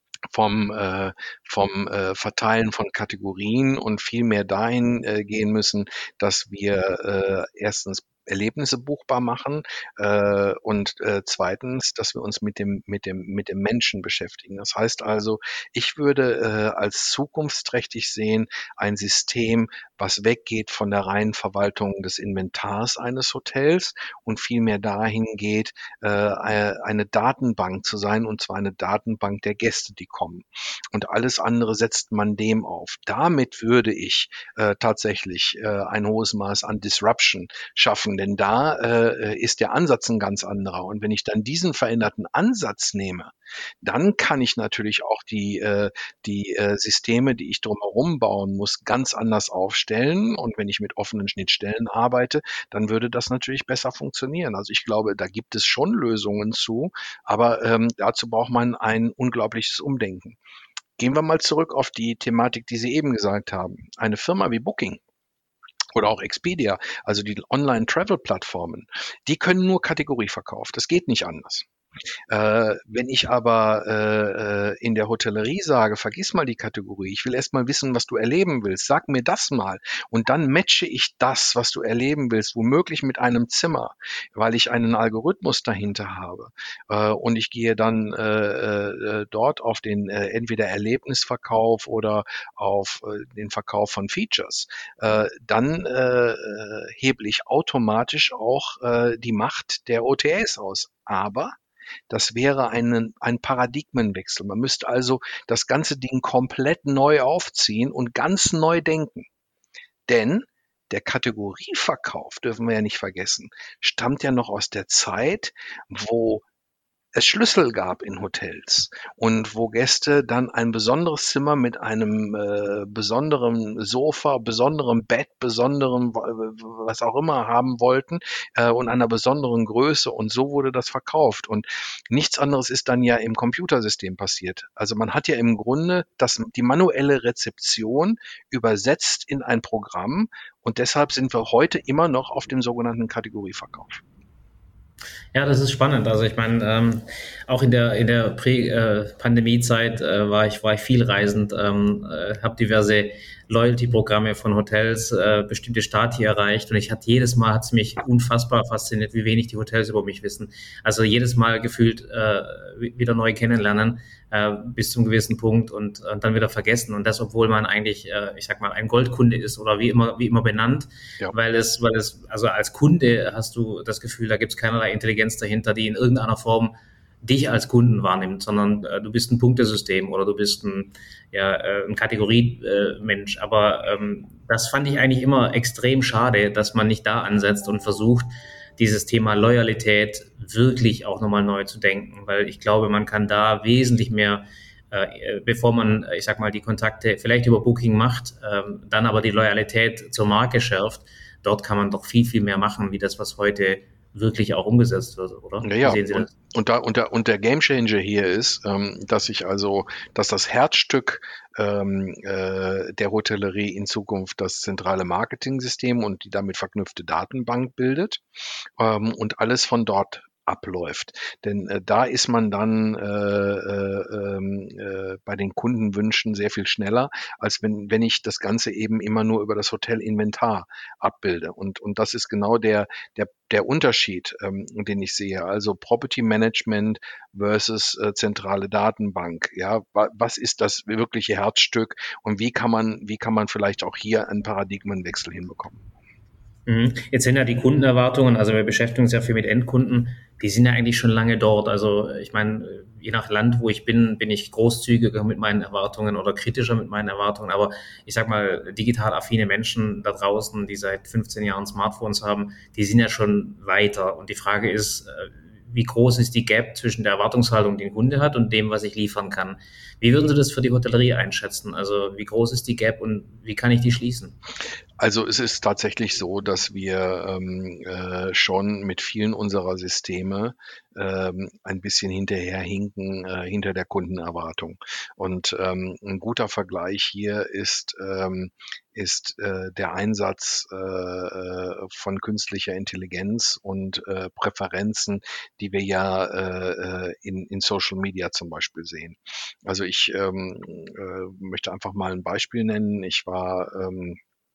vom, äh, vom äh, Verteilen von Kategorien und viel mehr dahin äh, gehen müssen, dass wir äh, erstens Erlebnisse buchbar machen äh, und äh, zweitens, dass wir uns mit dem mit dem mit dem Menschen beschäftigen. Das heißt also, ich würde äh, als zukunftsträchtig sehen ein System, was weggeht von der reinen Verwaltung des Inventars eines Hotels und vielmehr dahin geht, äh, eine Datenbank zu sein, und zwar eine Datenbank der Gäste, die kommen. Und alles andere setzt man dem auf. Damit würde ich äh, tatsächlich äh, ein hohes Maß an Disruption schaffen, denn da äh, ist der Ansatz ein ganz anderer. Und wenn ich dann diesen veränderten Ansatz nehme, dann kann ich natürlich auch die, äh, die äh, Systeme, die ich drumherum bauen muss, ganz anders aufstellen. Und wenn ich mit offenen Schnittstellen arbeite, dann würde das natürlich besser funktionieren. Also ich glaube, da gibt es schon Lösungen zu, aber ähm, dazu braucht man ein unglaubliches Umdenken. Gehen wir mal zurück auf die Thematik, die Sie eben gesagt haben. Eine Firma wie Booking oder auch Expedia, also die Online-Travel-Plattformen, die können nur Kategorieverkauf. Das geht nicht anders. Äh, wenn ich aber äh, in der Hotellerie sage, vergiss mal die Kategorie, ich will erst mal wissen, was du erleben willst, sag mir das mal. Und dann matche ich das, was du erleben willst, womöglich mit einem Zimmer, weil ich einen Algorithmus dahinter habe. Äh, und ich gehe dann äh, äh, dort auf den äh, entweder Erlebnisverkauf oder auf äh, den Verkauf von Features. Äh, dann äh, hebel ich automatisch auch äh, die Macht der O T As aus. Aber das wäre ein, ein Paradigmenwechsel. Man müsste also das ganze Ding komplett neu aufziehen und ganz neu denken. Denn der Kategorieverkauf, dürfen wir ja nicht vergessen, stammt ja noch aus der Zeit, wo es Schlüssel gab in Hotels und wo Gäste dann ein besonderes Zimmer mit einem äh, besonderen Sofa, besonderem Bett, besonderem was auch immer haben wollten äh, und einer besonderen Größe, und so wurde das verkauft. Und nichts anderes ist dann ja im Computersystem passiert. Also man hat ja im Grunde das, die manuelle Rezeption übersetzt in ein Programm, und deshalb sind wir heute immer noch auf dem sogenannten Kategorieverkauf. Ja, das ist spannend. Also ich meine, ähm, auch in der in der Prä-Pandemie-Zeit äh, war ich war ich viel reisend, ähm, äh, habe diverse Loyalty-Programme von Hotels, äh, bestimmte Stati erreicht, und ich hatte jedes Mal hat's mich unfassbar fasziniert, wie wenig die Hotels über mich wissen. Also jedes Mal gefühlt äh, wieder neu kennenlernen äh, bis zum gewissen Punkt und, und dann wieder vergessen, und das, obwohl man eigentlich, äh, ich sag mal, ein Goldkunde ist oder wie immer wie immer benannt, Ja. weil es weil es also als Kunde hast du das Gefühl, da gibt's keinerlei Intelligenz dahinter, die in irgendeiner Form dich als Kunden wahrnimmt, sondern äh, du bist ein Punktesystem oder du bist ein, ja, äh, ein Kategoriemensch. Äh, Aber ähm, das fand ich eigentlich immer extrem schade, dass man nicht da ansetzt und versucht, dieses Thema Loyalität wirklich auch nochmal neu zu denken, weil ich glaube, man kann da wesentlich mehr, äh, bevor man, ich sag mal, die Kontakte vielleicht über Booking macht, äh, dann aber die Loyalität zur Marke schärft. Dort kann man doch viel, viel mehr machen, wie das, was heute wirklich auch umgesetzt wird, oder? Ja, ja. Wie sehen Sie das? Und, und, da, und, der, und der Gamechanger hier ist, ähm, dass ich also, dass das Herzstück ähm, äh, der Hotellerie in Zukunft das zentrale Marketing-System und die damit verknüpfte Datenbank bildet ähm, und alles von dort abläuft. Denn äh, da ist man dann äh, äh, äh, bei den Kundenwünschen sehr viel schneller, als wenn, wenn ich das Ganze eben immer nur über das Hotelinventar abbilde. Und, und das ist genau der, der, der Unterschied, ähm, den ich sehe. Also Property Management versus äh, zentrale Datenbank. Ja, wa- was ist das wirkliche Herzstück und wie kann man, wie kann man vielleicht auch hier einen Paradigmenwechsel hinbekommen? Jetzt sind ja die Kundenerwartungen, also wir beschäftigen uns ja viel mit Endkunden, die sind ja eigentlich schon lange dort. Also ich meine, je nach Land, wo ich bin, bin ich großzügiger mit meinen Erwartungen oder kritischer mit meinen Erwartungen. Aber ich sag mal, digital affine Menschen da draußen, die seit fünfzehn Jahren Smartphones haben, die sind ja schon weiter. Und die Frage ist, wie groß ist die Gap zwischen der Erwartungshaltung, die ein Kunde hat, und dem, was ich liefern kann? Wie würden Sie das für die Hotellerie einschätzen? Also wie groß ist die Gap und wie kann ich die schließen? Also es ist tatsächlich so, dass wir ähm, äh, schon mit vielen unserer Systeme ähm, ein bisschen hinterherhinken äh, hinter der Kundenerwartung. Und ähm, ein guter Vergleich hier ist, ähm, ist äh, der Einsatz äh, von künstlicher Intelligenz und äh, Präferenzen, die wir ja äh, in, in Social Media zum Beispiel sehen. Also ich ähm, äh, möchte einfach mal ein Beispiel nennen. Ich war ähm,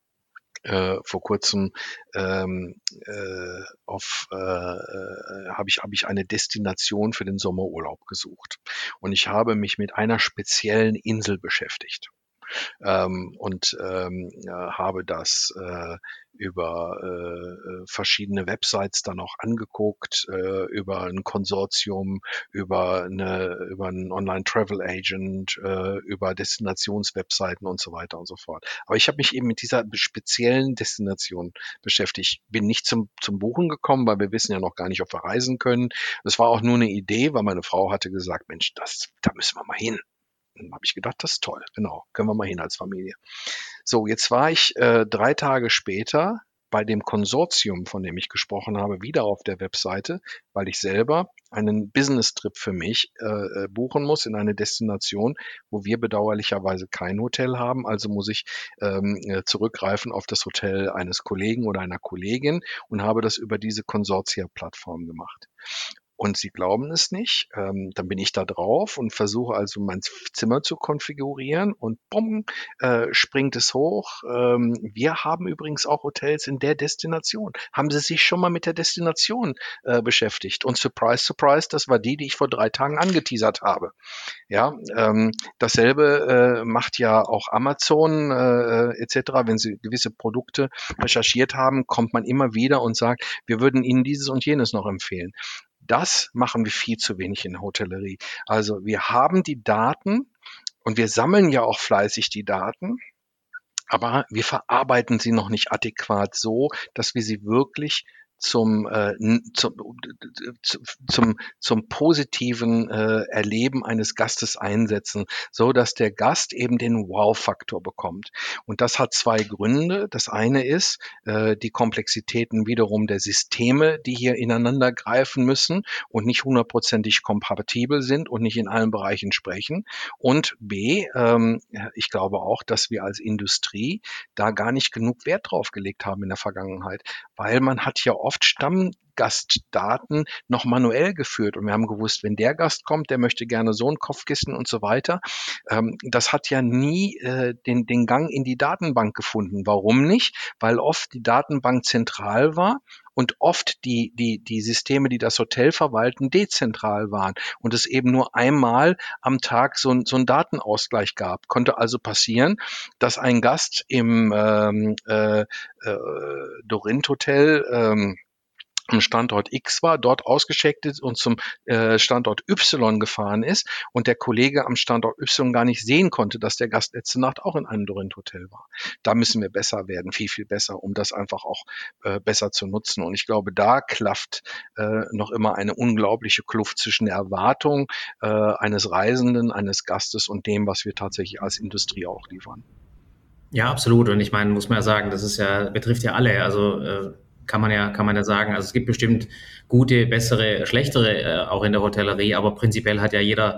äh, vor kurzem ähm, äh, auf äh, äh, habe ich habe ich eine Destination für den Sommerurlaub gesucht und ich habe mich mit einer speziellen Insel beschäftigt ähm, und ähm, ja, habe das äh, über äh, verschiedene Websites dann auch angeguckt, äh, über ein Konsortium, über eine über einen Online-Travel-Agent, äh, über Destinationswebseiten und so weiter und so fort. Aber ich habe mich eben mit dieser speziellen Destination beschäftigt. Bin nicht zum zum Buchen gekommen, weil wir wissen ja noch gar nicht, ob wir reisen können. Das war auch nur eine Idee, weil meine Frau hatte gesagt, Mensch, das da müssen wir mal hin. Dann habe ich gedacht, das ist toll, genau, können wir mal hin als Familie. So, jetzt war ich äh, drei Tage später bei dem Konsortium, von dem ich gesprochen habe, wieder auf der Webseite, weil ich selber einen Business-Trip für mich äh, buchen muss in eine Destination, wo wir bedauerlicherweise kein Hotel haben. Also muss ich ähm, zurückgreifen auf das Hotel eines Kollegen oder einer Kollegin und habe das über diese Konsortia-Plattform gemacht. Und sie glauben es nicht. Ähm, dann bin ich da drauf und versuche also mein Zimmer zu konfigurieren und bumm, äh, springt es hoch. Ähm, wir haben übrigens auch Hotels in der Destination. Haben Sie sich schon mal mit der Destination äh, beschäftigt? Und surprise, surprise, das war die, die ich vor drei Tagen angeteasert habe. Ja, ähm, dasselbe äh, macht ja auch Amazon äh, et cetera. Wenn Sie gewisse Produkte recherchiert haben, kommt man immer wieder und sagt, wir würden Ihnen dieses und jenes noch empfehlen. Das machen wir viel zu wenig in der Hotellerie. Also wir haben die Daten und wir sammeln ja auch fleißig die Daten, aber wir verarbeiten sie noch nicht adäquat so, dass wir sie wirklich zum, äh, zum, zum, zum positiven äh, Erleben eines Gastes einsetzen, so dass der Gast eben den Wow-Faktor bekommt. Und das hat zwei Gründe. Das eine ist äh, die Komplexitäten wiederum der Systeme, die hier ineinander greifen müssen und nicht hundertprozentig kompatibel sind und nicht in allen Bereichen sprechen. Und B, ähm, ich glaube auch, dass wir als Industrie da gar nicht genug Wert drauf gelegt haben in der Vergangenheit, weil man hat ja oft Stammgastdaten noch manuell geführt und wir haben gewusst, wenn der Gast kommt, der möchte gerne so ein Kopfkissen und so weiter. Ähm, das hat ja nie äh, den, den Gang in die Datenbank gefunden. Warum nicht? Weil oft die Datenbank zentral war und oft die, die, die Systeme, die das Hotel verwalten, dezentral waren und es eben nur einmal am Tag so, so einen Datenausgleich gab. Konnte also passieren, dass ein Gast im ähm, äh, äh, Dorint Hotel ähm, am Standort X war, dort ausgecheckt ist und zum äh, Standort Y gefahren ist und der Kollege am Standort Y gar nicht sehen konnte, dass der Gast letzte Nacht auch in einem Dorint-Hotel war. Da müssen wir besser werden, viel, viel besser, um das einfach auch äh, besser zu nutzen. Und ich glaube, da klafft äh, noch immer eine unglaubliche Kluft zwischen der Erwartung äh, eines Reisenden, eines Gastes und dem, was wir tatsächlich als Industrie auch liefern. Ja, absolut. Und ich meine, muss man ja sagen, das ist ja, betrifft ja alle. Also äh, kann man ja, kann man ja sagen. Also es gibt bestimmt gute, bessere, schlechtere äh, auch in der Hotellerie, aber prinzipiell hat ja jeder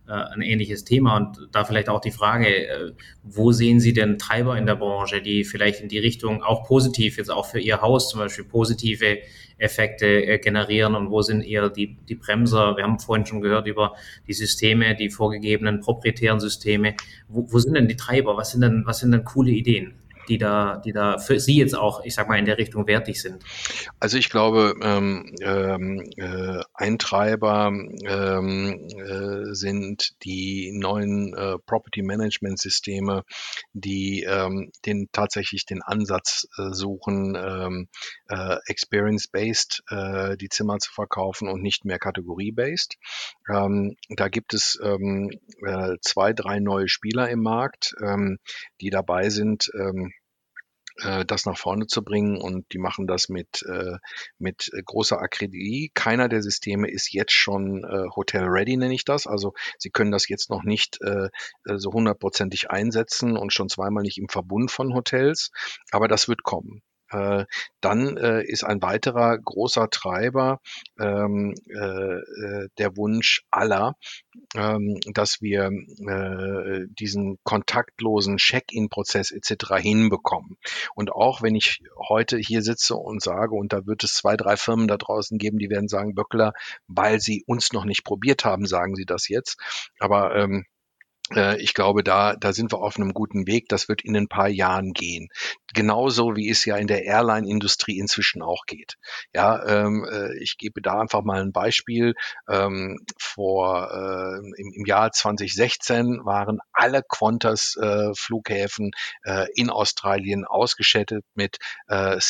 äh, ein ähnliches Thema. Und da vielleicht auch die Frage, äh, wo sehen Sie denn Treiber in der Branche, die vielleicht in die Richtung auch positiv, jetzt auch für Ihr Haus zum Beispiel positive Effekte äh, generieren, und wo sind eher die, die Bremser? Wir haben vorhin schon gehört über die Systeme, die vorgegebenen proprietären Systeme. Wo, wo sind denn die Treiber? Was sind denn, was sind denn coole Ideen, die da, die da für Sie jetzt auch, ich sag mal, in der Richtung wertig sind? Also ich glaube, ähm, ähm, äh, Eintreiber ähm, äh, sind die neuen äh, Property Management Systeme, die ähm, den tatsächlich den Ansatz äh, suchen, ähm, äh, experience-based äh, die Zimmer zu verkaufen und nicht mehr kategorie-based. Ähm, da gibt es ähm, äh, zwei, drei neue Spieler im Markt, ähm, die dabei sind, ähm, das nach vorne zu bringen, und die machen das mit äh, mit großer Akribie. Keiner der Systeme ist jetzt schon äh, Hotel Ready, nenne ich das. Also sie können das jetzt noch nicht äh, so hundertprozentig einsetzen und schon zweimal nicht im Verbund von Hotels, aber das wird kommen. Äh, dann äh, ist ein weiterer großer Treiber ähm, äh, der Wunsch aller, ähm, dass wir äh, diesen kontaktlosen Check-in-Prozess et cetera hinbekommen. Und auch wenn ich heute hier sitze und sage, und da wird es zwei, drei Firmen da draußen geben, die werden sagen, Böckler, weil sie uns noch nicht probiert haben, sagen sie das jetzt. Aber ähm, ich glaube, da, da sind wir auf einem guten Weg. Das wird in ein paar Jahren gehen. Genauso wie es ja in der Airline-Industrie inzwischen auch geht. Ja, ähm, ich gebe da einfach mal ein Beispiel. Ähm, vor äh, im, im Jahr zwanzig sechzehn waren alle Qantas-Flughäfen äh, in Australien ausgestattet mit äh,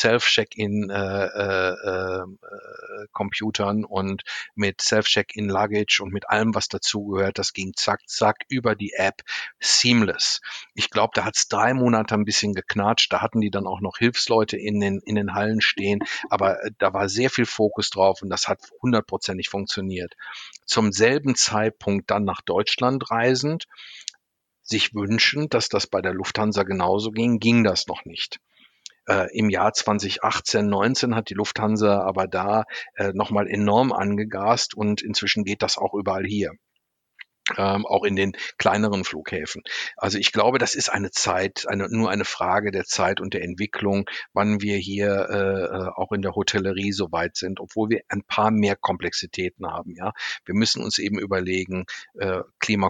Self-Check-in-Computern äh, äh, und mit Self-Check-in-Luggage und mit allem, was dazugehört. Das ging zack, zack über die App, seamless. Ich glaube, da hat es drei Monate ein bisschen geknatscht. Da hatten die dann auch noch Hilfsleute in den, in den Hallen stehen. Aber äh, da war sehr viel Fokus drauf, und das hat hundertprozentig funktioniert. Zum selben Zeitpunkt dann nach Deutschland reisend, sich wünschend, dass das bei der Lufthansa genauso ging, ging das noch nicht. Äh, Im Jahr zwanzig achtzehn, neunzehn hat die Lufthansa aber da äh, nochmal enorm angegast, und inzwischen geht das auch überall hier. Ähm, auch in den kleineren Flughäfen. Also ich glaube, das ist eine Zeit, eine, nur eine Frage der Zeit und der Entwicklung, wann wir hier äh, auch in der Hotellerie so weit sind, obwohl wir ein paar mehr Komplexitäten haben. Ja, wir müssen uns eben überlegen, äh,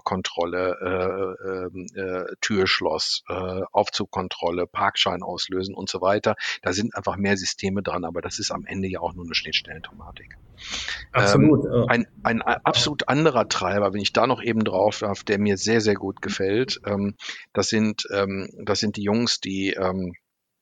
Klimakontrolle, äh, äh, Türschloss, äh, Aufzugkontrolle, Parkschein auslösen und so weiter. Da sind einfach mehr Systeme dran, aber das ist am Ende ja auch nur eine Schnittstellenthematik. Absolut. Ähm, ein, ein absolut anderer Treiber, wenn ich da noch eben drauf darf, der mir sehr, sehr gut gefällt, ähm, das sind, ähm, das sind die Jungs, die ähm,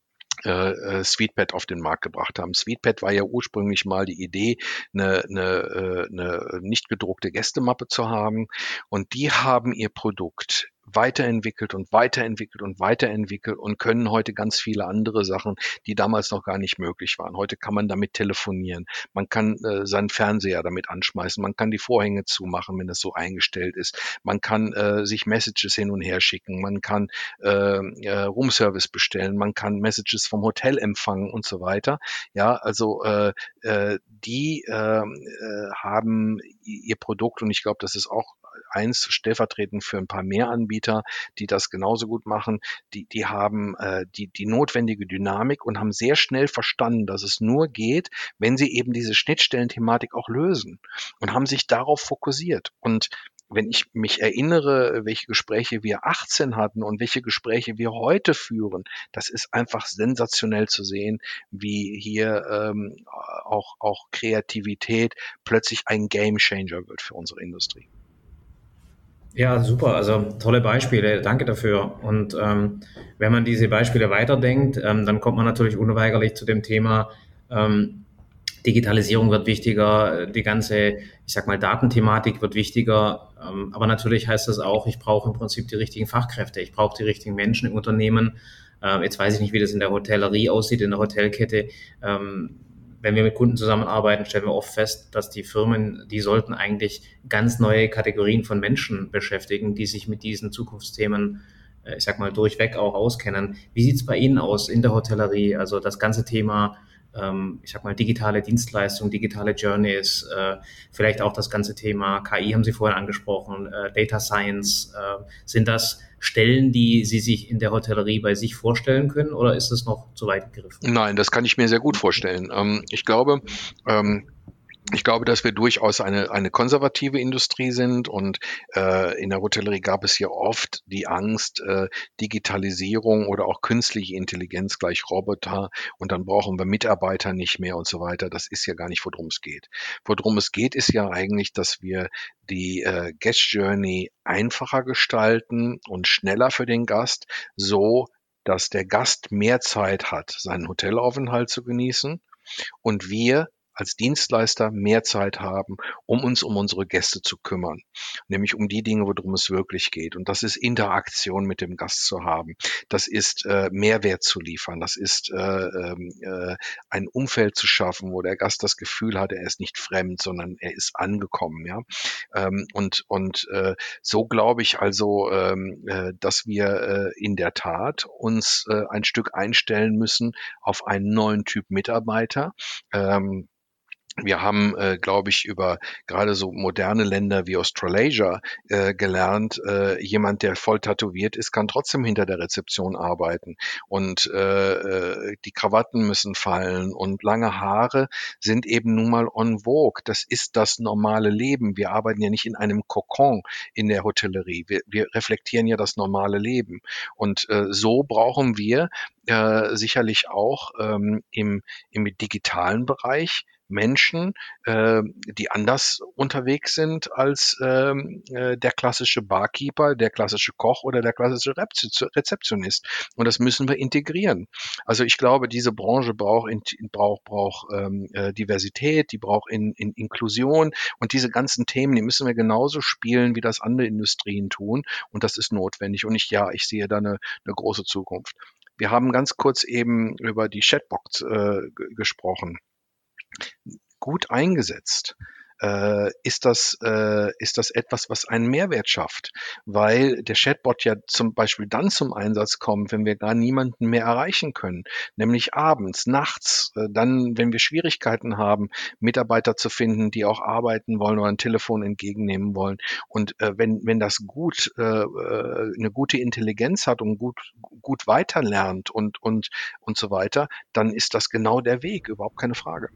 äh, SweetPad auf den Markt gebracht haben. SweetPad war ja ursprünglich mal die Idee, eine, eine, eine nicht gedruckte Gästemappe zu haben, und die haben ihr Produkt weiterentwickelt und weiterentwickelt und weiterentwickelt und können heute ganz viele andere Sachen, die damals noch gar nicht möglich waren. Heute kann man damit telefonieren, man kann äh, seinen Fernseher damit anschmeißen, man kann die Vorhänge zumachen, wenn das so eingestellt ist, man kann äh, sich Messages hin und her schicken, man kann äh, äh, Roomservice bestellen, man kann Messages vom Hotel empfangen und so weiter. Ja, also äh, äh, die äh, äh, haben ihr Produkt, und ich glaube, das ist auch eins stellvertretend für ein paar mehr Anbieter, die das genauso gut machen, die, die haben äh, die, die notwendige Dynamik und haben sehr schnell verstanden, dass es nur geht, wenn sie eben diese Schnittstellenthematik auch lösen, und haben sich darauf fokussiert. Und wenn ich mich erinnere, welche Gespräche wir achtzehn hatten und welche Gespräche wir heute führen, das ist einfach sensationell zu sehen, wie hier ähm, auch, auch Kreativität plötzlich ein Gamechanger wird für unsere Industrie. Ja, super. Also tolle Beispiele. Danke dafür. Und ähm, wenn man diese Beispiele weiterdenkt, ähm, dann kommt man natürlich unweigerlich zu dem Thema, ähm, Digitalisierung wird wichtiger, die ganze, ich sag mal, Datenthematik wird wichtiger. Ähm, aber natürlich heißt das auch, ich brauche im Prinzip die richtigen Fachkräfte. Ich brauche die richtigen Menschen im Unternehmen. Ähm, jetzt weiß ich nicht, wie das in der Hotellerie aussieht, in der Hotelkette. Ähm, Wenn wir mit Kunden zusammenarbeiten, stellen wir oft fest, dass die Firmen, die sollten eigentlich ganz neue Kategorien von Menschen beschäftigen, die sich mit diesen Zukunftsthemen, ich sag mal, durchweg auch auskennen. Wie sieht's bei Ihnen aus in der Hotellerie? Also das ganze Thema ähm, ich sag mal, digitale Dienstleistungen, digitale Journeys, äh, vielleicht auch das ganze Thema K I haben Sie vorhin angesprochen, äh, Data Science. Äh, sind das Stellen, die Sie sich in der Hotellerie bei sich vorstellen können, oder ist es noch zu weit gegriffen? Nein, das kann ich mir sehr gut vorstellen. Ähm, ich glaube, ähm, Ich glaube, dass wir durchaus eine, eine konservative Industrie sind und äh, in der Hotellerie gab es hier oft die Angst, äh, Digitalisierung oder auch künstliche Intelligenz gleich Roboter und dann brauchen wir Mitarbeiter nicht mehr und so weiter. Das ist ja gar nicht, worum es geht. Worum es geht, ist ja eigentlich, dass wir die äh, Guest Journey einfacher gestalten und schneller für den Gast, so dass der Gast mehr Zeit hat, seinen Hotelaufenthalt zu genießen und wir als Dienstleister mehr Zeit haben, um uns um unsere Gäste zu kümmern, nämlich um die Dinge, worum es wirklich geht. Und das ist Interaktion mit dem Gast zu haben. Das ist äh, Mehrwert zu liefern. Das ist äh, äh, ein Umfeld zu schaffen, wo der Gast das Gefühl hat, er ist nicht fremd, sondern er ist angekommen. Ja, ähm, und und äh, so glaube ich also, ähm, äh, dass wir äh, in der Tat uns äh, ein Stück einstellen müssen auf einen neuen Typ Mitarbeiter. Ähm, Wir haben, äh, glaube ich, über gerade so moderne Länder wie Australasia äh, gelernt, äh, jemand, der voll tätowiert ist, kann trotzdem hinter der Rezeption arbeiten. Und äh, äh, die Krawatten müssen fallen und lange Haare sind eben nun mal en vogue. Das ist das normale Leben. Wir arbeiten ja nicht in einem Kokon in der Hotellerie. Wir, wir reflektieren ja das normale Leben. Und äh, so brauchen wir äh, sicherlich auch ähm, im, im digitalen Bereich Menschen, äh, die anders unterwegs sind als ähm, äh, der klassische Barkeeper, der klassische Koch oder der klassische Rezeptionist. Und das müssen wir integrieren. Also ich glaube, diese Branche braucht, braucht, braucht ähm, äh, Diversität, die braucht in, in Inklusion und diese ganzen Themen, die müssen wir genauso spielen, wie das andere Industrien tun. Und das ist notwendig. Und ich, ja, ich sehe da eine, eine große Zukunft. Wir haben ganz kurz eben über die Chatbots äh, g- gesprochen. Gut eingesetzt, äh, ist das, äh, ist das etwas, was einen Mehrwert schafft, weil der Chatbot ja zum Beispiel dann zum Einsatz kommt, wenn wir gar niemanden mehr erreichen können, nämlich abends, nachts, äh, dann, wenn wir Schwierigkeiten haben, Mitarbeiter zu finden, die auch arbeiten wollen oder ein Telefon entgegennehmen wollen. Und äh, wenn, wenn das gut, äh, äh, eine gute Intelligenz hat und gut, gut weiterlernt und, und, und so weiter, dann ist das genau der Weg, überhaupt keine Frage.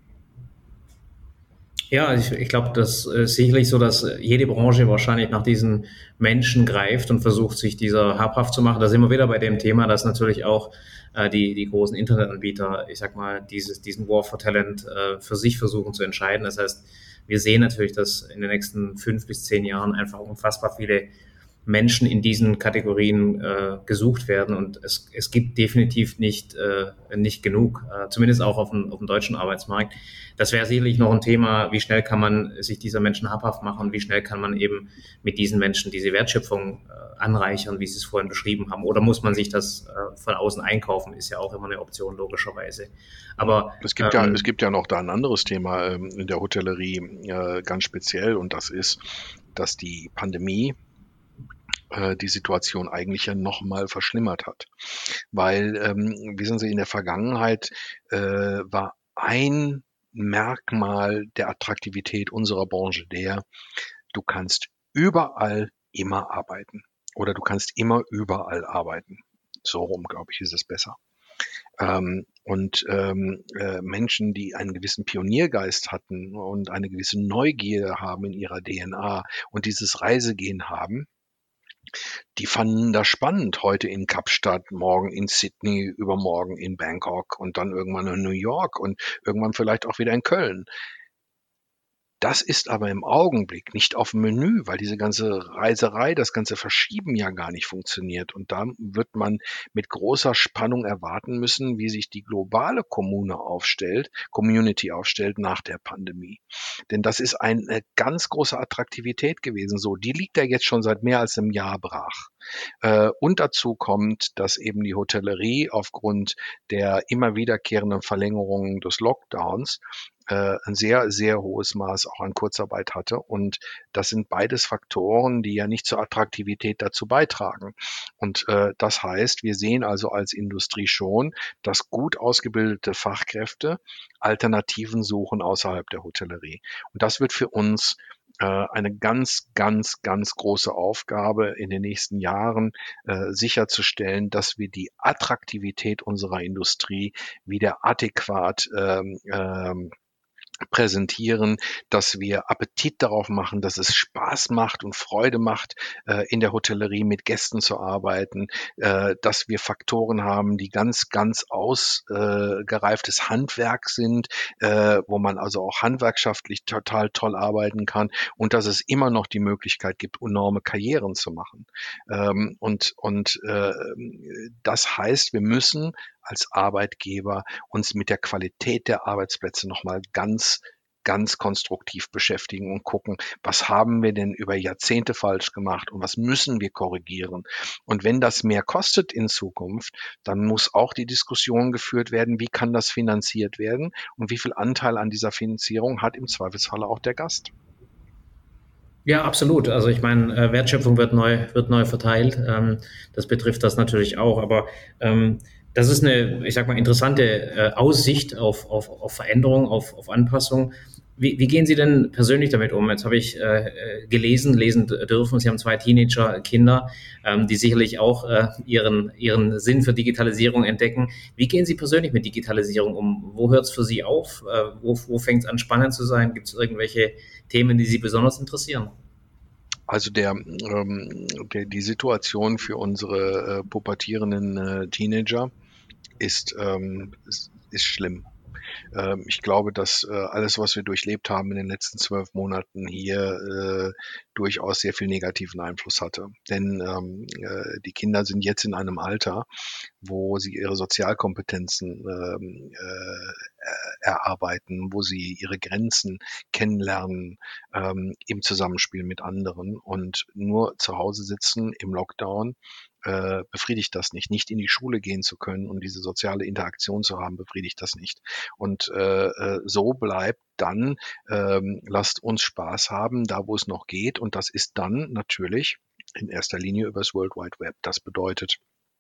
Ja, ich, ich glaube, das ist sicherlich so, dass jede Branche wahrscheinlich nach diesen Menschen greift und versucht, sich dieser habhaft zu machen. Da sind wir wieder bei dem Thema, dass natürlich auch äh, die, die großen Internetanbieter, ich sag mal, dieses, diesen War for Talent äh, für sich versuchen zu entscheiden. Das heißt, wir sehen natürlich, dass in den nächsten fünf bis zehn Jahren einfach unfassbar viele Menschen in diesen Kategorien äh, gesucht werden und es, es gibt definitiv nicht, äh, nicht genug, äh, zumindest auch auf dem, auf dem deutschen Arbeitsmarkt. Das wäre sicherlich noch ein Thema, wie schnell kann man sich dieser Menschen habhaft machen, wie schnell kann man eben mit diesen Menschen diese Wertschöpfung äh, anreichern, wie Sie es vorhin beschrieben haben. Oder muss man sich das äh, von außen einkaufen, ist ja auch immer eine Option, logischerweise. Aber es gibt ähm, ja, es gibt ja noch da ein anderes Thema ähm, in der Hotellerie äh, ganz speziell und das ist, dass die Pandemie die Situation eigentlich ja noch mal verschlimmert hat. Weil, ähm, wissen Sie, in der Vergangenheit äh, war ein Merkmal der Attraktivität unserer Branche der, du kannst überall immer arbeiten oder du kannst immer überall arbeiten. So rum, glaube ich, ist es besser. Ähm, und ähm, äh, Menschen, die einen gewissen Pioniergeist hatten und eine gewisse Neugier haben in ihrer D N A und dieses Reisegehen haben, die fanden das spannend, heute in Kapstadt, morgen in Sydney, übermorgen in Bangkok und dann irgendwann in New York und irgendwann vielleicht auch wieder in Köln. Das ist aber im Augenblick nicht auf dem Menü, weil diese ganze Reiserei, das ganze Verschieben ja gar nicht funktioniert. Und da wird man mit großer Spannung erwarten müssen, wie sich die globale Kommune aufstellt, Community aufstellt nach der Pandemie. Denn das ist eine ganz große Attraktivität gewesen. So, die liegt ja jetzt schon seit mehr als einem Jahr brach. Äh, und dazu kommt, dass eben die Hotellerie aufgrund der immer wiederkehrenden Verlängerungen des Lockdowns äh, ein sehr, sehr hohes Maß auch an Kurzarbeit hatte. Und das sind beides Faktoren, die ja nicht zur Attraktivität dazu beitragen. Und äh, das heißt, wir sehen also als Industrie schon, dass gut ausgebildete Fachkräfte Alternativen suchen außerhalb der Hotellerie. Und das wird für uns äh, eine ganz, ganz, ganz große Aufgabe in den nächsten Jahren, äh, sicherzustellen, dass wir die Attraktivität unserer Industrie wieder adäquat ähm, ähm, präsentieren, dass wir Appetit darauf machen, dass es Spaß macht und Freude macht, äh, in der Hotellerie mit Gästen zu arbeiten, äh, dass wir Faktoren haben, die ganz, ganz ausgereiftes äh, Handwerk sind, äh, wo man also auch handwerkschaftlich total toll arbeiten kann und dass es immer noch die Möglichkeit gibt, enorme Karrieren zu machen. Ähm, und und äh, das heißt, wir müssen als Arbeitgeber uns mit der Qualität der Arbeitsplätze nochmal ganz, ganz konstruktiv beschäftigen und gucken, was haben wir denn über Jahrzehnte falsch gemacht und was müssen wir korrigieren. Und wenn das mehr kostet in Zukunft, dann muss auch die Diskussion geführt werden, wie kann das finanziert werden und wie viel Anteil an dieser Finanzierung hat im Zweifelsfalle auch der Gast. Ja, absolut. Also ich meine, Wertschöpfung wird neu, wird neu verteilt. Das betrifft das natürlich auch. Aber das ist eine, ich sag mal, interessante Aussicht auf, auf, auf Veränderung, auf, auf Anpassung. Wie, wie gehen Sie denn persönlich damit um? Jetzt habe ich äh, gelesen, lesen dürfen, Sie haben zwei Teenager-Kinder, ähm, die sicherlich auch äh, ihren, ihren Sinn für Digitalisierung entdecken. Wie gehen Sie persönlich mit Digitalisierung um? Wo hört es für Sie auf? Äh, wo wo fängt es an, spannend zu sein? Gibt es irgendwelche Themen, die Sie besonders interessieren? Also der, ähm, der die Situation für unsere äh, pubertierenden äh, Teenager ist, ähm, ist, ist schlimm. Ähm, ich glaube, dass äh, alles, was wir durchlebt haben in den letzten zwölf Monaten hier, äh, durchaus sehr viel negativen Einfluss hatte. Denn ähm, äh, die Kinder sind jetzt in einem Alter, wo sie ihre Sozialkompetenzen ähm, äh, erarbeiten, wo sie ihre Grenzen kennenlernen ähm, im Zusammenspiel mit anderen und nur zu Hause sitzen im Lockdown äh, befriedigt das nicht. Nicht in die Schule gehen zu können und diese soziale Interaktion zu haben, befriedigt das nicht. Und äh, äh, so bleibt dann, ähm, lasst uns Spaß haben, da wo es noch geht. Und das ist dann natürlich in erster Linie übers World Wide Web. Das bedeutet,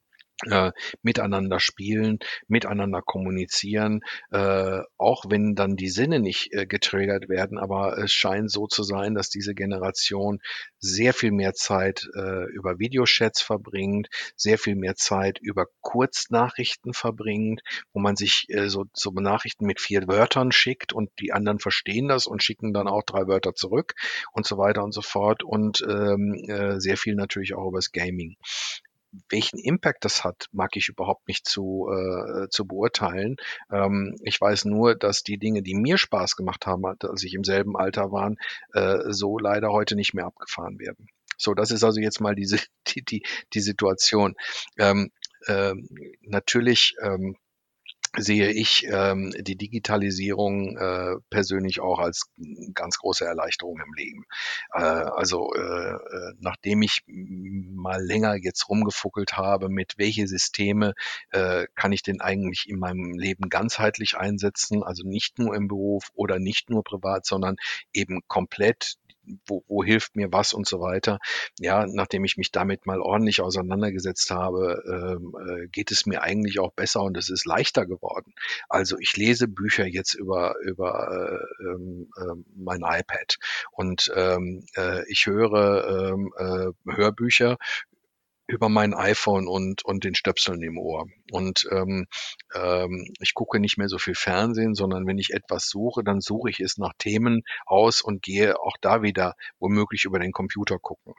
äh, miteinander spielen, miteinander kommunizieren, äh, auch wenn dann die Sinne nicht äh, getriggert werden, aber es scheint so zu sein, dass diese Generation sehr viel mehr Zeit äh, über Videochats verbringt, sehr viel mehr Zeit über Kurznachrichten verbringt, wo man sich äh, so, so Nachrichten mit vier Wörtern schickt und die anderen verstehen das und schicken dann auch drei Wörter zurück und so weiter und so fort und ähm, äh, sehr viel natürlich auch übers Gaming. Welchen Impact das hat, mag ich überhaupt nicht zu, äh, zu beurteilen. Ähm, ich weiß nur, dass die Dinge, die mir Spaß gemacht haben, als ich im selben Alter war, äh, so leider heute nicht mehr abgefahren werden. So, das ist also jetzt mal diese, die, die, die Situation. Ähm, ähm, natürlich ähm, sehe ich ähm, die Digitalisierung äh, persönlich auch als ganz große Erleichterung im Leben. Äh, also äh, äh, nachdem ich mal länger jetzt rumgefuckelt habe, mit welche Systeme äh, kann ich denn eigentlich in meinem Leben ganzheitlich einsetzen, also nicht nur im Beruf oder nicht nur privat, sondern eben komplett. Wo, wo hilft mir was und so weiter. Ja, nachdem ich mich damit mal ordentlich auseinandergesetzt habe, ähm, äh, geht es mir eigentlich auch besser und es ist leichter geworden. Also ich lese Bücher jetzt über über äh, äh, mein iPad und ähm, äh, ich höre ähm, äh, Hörbücher über mein iPhone und und den Stöpseln im Ohr. Und ähm, ähm, ich gucke nicht mehr so viel Fernsehen, sondern wenn ich etwas suche, dann suche ich es nach Themen aus und gehe auch da wieder womöglich über den Computer gucken.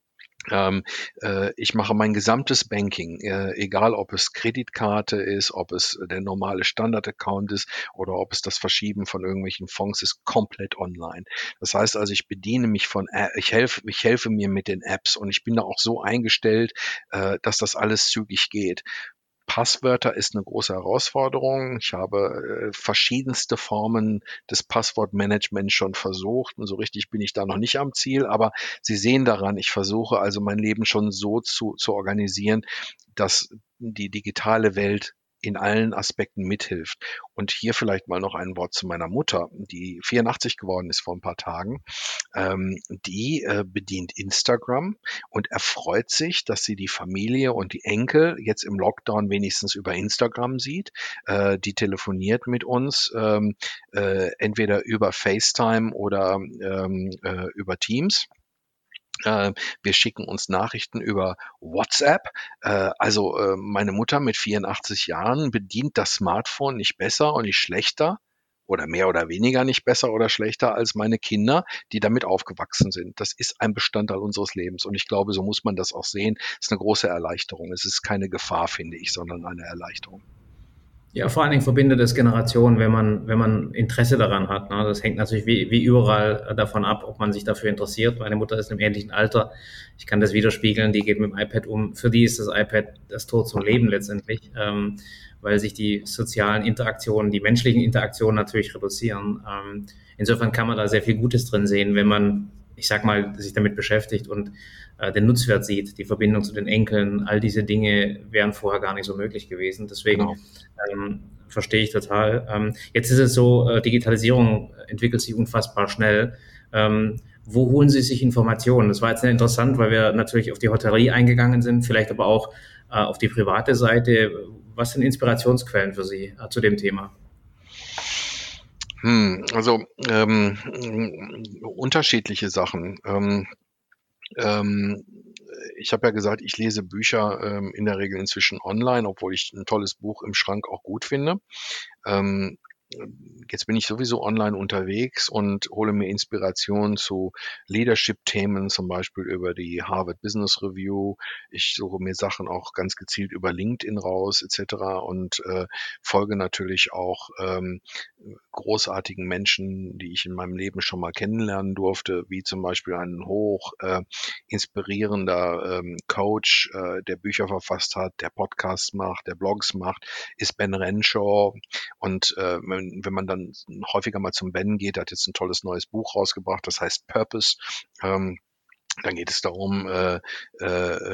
Ähm, äh, ich mache mein gesamtes Banking, äh, egal ob es Kreditkarte ist, ob es der normale Standard-Account ist oder ob es das Verschieben von irgendwelchen Fonds ist, komplett online. Das heißt also, ich bediene mich von, äh, ich helfe, ich helfe mir mit den Apps und ich bin da auch so eingestellt, äh, dass das alles zügig geht. Passwörter ist eine große Herausforderung. Ich habe äh, verschiedenste Formen des Passwortmanagements schon versucht und so richtig bin ich da noch nicht am Ziel, aber Sie sehen daran, ich versuche also mein Leben schon so zu, zu organisieren, dass die digitale Welt in allen Aspekten mithilft. Und hier vielleicht mal noch ein Wort zu meiner Mutter, die vierundachtzig geworden ist vor ein paar Tagen. Ähm, die äh, bedient Instagram und erfreut sich, dass sie die Familie und die Enkel jetzt im Lockdown wenigstens über Instagram sieht. Äh, die telefoniert mit uns, ähm, äh, entweder über FaceTime oder ähm, äh, über Teams. Äh, wir schicken uns Nachrichten über WhatsApp. Äh, also äh, meine Mutter mit vierundachtzig Jahren bedient das Smartphone nicht besser und nicht schlechter oder mehr oder weniger nicht besser oder schlechter als meine Kinder, die damit aufgewachsen sind. Das ist ein Bestandteil unseres Lebens und ich glaube, so muss man das auch sehen. Es ist eine große Erleichterung. Es ist keine Gefahr, finde ich, sondern eine Erleichterung. Ja, vor allen Dingen verbindet es Generationen, wenn man, wenn man Interesse daran hat. Ne? Das hängt natürlich wie, wie überall davon ab, ob man sich dafür interessiert. Meine Mutter ist im ähnlichen Alter. Ich kann das widerspiegeln. Die geht mit dem iPad um. Für die ist das iPad das Tor zum Leben letztendlich, ähm, weil sich die sozialen Interaktionen, die menschlichen Interaktionen natürlich reduzieren. Ähm, insofern kann man da sehr viel Gutes drin sehen, wenn man, ich sag mal, sich damit beschäftigt und äh, den Nutzwert sieht, die Verbindung zu den Enkeln, all diese Dinge wären vorher gar nicht so möglich gewesen. Deswegen Genau. ähm, verstehe ich total. Ähm, jetzt ist es so, äh, Digitalisierung entwickelt sich unfassbar schnell. Ähm, wo holen Sie sich Informationen? Das war jetzt sehr interessant, weil wir natürlich auf die Hotellerie eingegangen sind, vielleicht aber auch äh, auf die private Seite. Was sind Inspirationsquellen für Sie äh, zu dem Thema? Hm, also ähm, unterschiedliche Sachen. Ähm, ähm, ich habe ja gesagt, ich lese Bücher ähm, in der Regel inzwischen online, obwohl ich ein tolles Buch im Schrank auch gut finde. Ähm, Jetzt bin ich sowieso online unterwegs und hole mir Inspiration zu Leadership-Themen, zum Beispiel über die Harvard Business Review. Ich suche mir Sachen auch ganz gezielt über LinkedIn raus, et cetera. Und äh, folge natürlich auch ähm, großartigen Menschen, die ich in meinem Leben schon mal kennenlernen durfte, wie zum Beispiel ein hoch äh, inspirierender ähm, Coach, äh, der Bücher verfasst hat, der Podcasts macht, der Blogs macht, ist Ben Renshaw. Und äh, wenn, wenn man dann häufiger mal zum Ben geht, der hat jetzt ein tolles neues Buch rausgebracht, das heißt Purpose. Ähm, Dann geht es darum, äh, äh,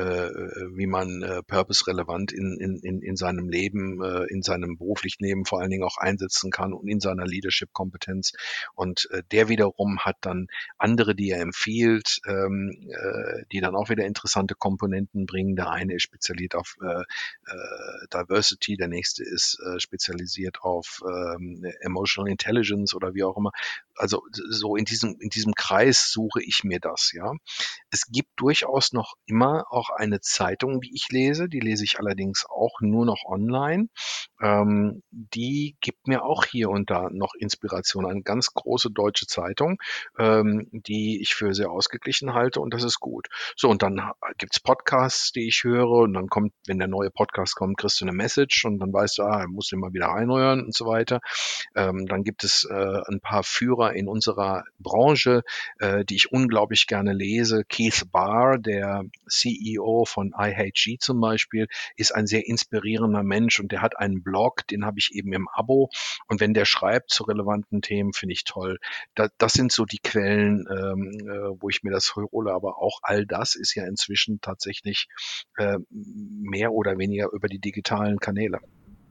äh, wie man äh, purpose-relevant in, in, in, in seinem Leben, äh, in seinem beruflichen Leben vor allen Dingen auch einsetzen kann und in seiner Leadership-Kompetenz. Und äh, der wiederum hat dann andere, die er empfiehlt, ähm, äh, die dann auch wieder interessante Komponenten bringen. Der eine ist spezialisiert auf äh, äh, Diversity, der nächste ist äh, spezialisiert auf ähm, Emotional Intelligence oder wie auch immer. Also so in diesem, in diesem Kreis suche ich mir das, ja. Es gibt durchaus noch immer auch eine Zeitung, die ich lese. Die lese ich allerdings auch nur noch online. Ähm, die gibt mir auch hier und da noch Inspiration. Eine ganz große deutsche Zeitung, ähm, die ich für sehr ausgeglichen halte und das ist gut. So, und dann gibt's Podcasts, die ich höre und dann kommt, wenn der neue Podcast kommt, kriegst du eine Message und dann weißt du, ah, musst du mal wieder reinhören und so weiter. Ähm, dann gibt es äh, ein paar Führer in unserer Branche, äh, die ich unglaublich gerne lese. Keith Barr, der C E O von I H G zum Beispiel, ist ein sehr inspirierender Mensch und der hat einen Blog, den habe ich eben im Abo und wenn der schreibt zu relevanten Themen, finde ich toll. Da, das sind so die Quellen, ähm, äh, wo ich mir das hole, aber auch all das ist ja inzwischen tatsächlich äh, mehr oder weniger über die digitalen Kanäle.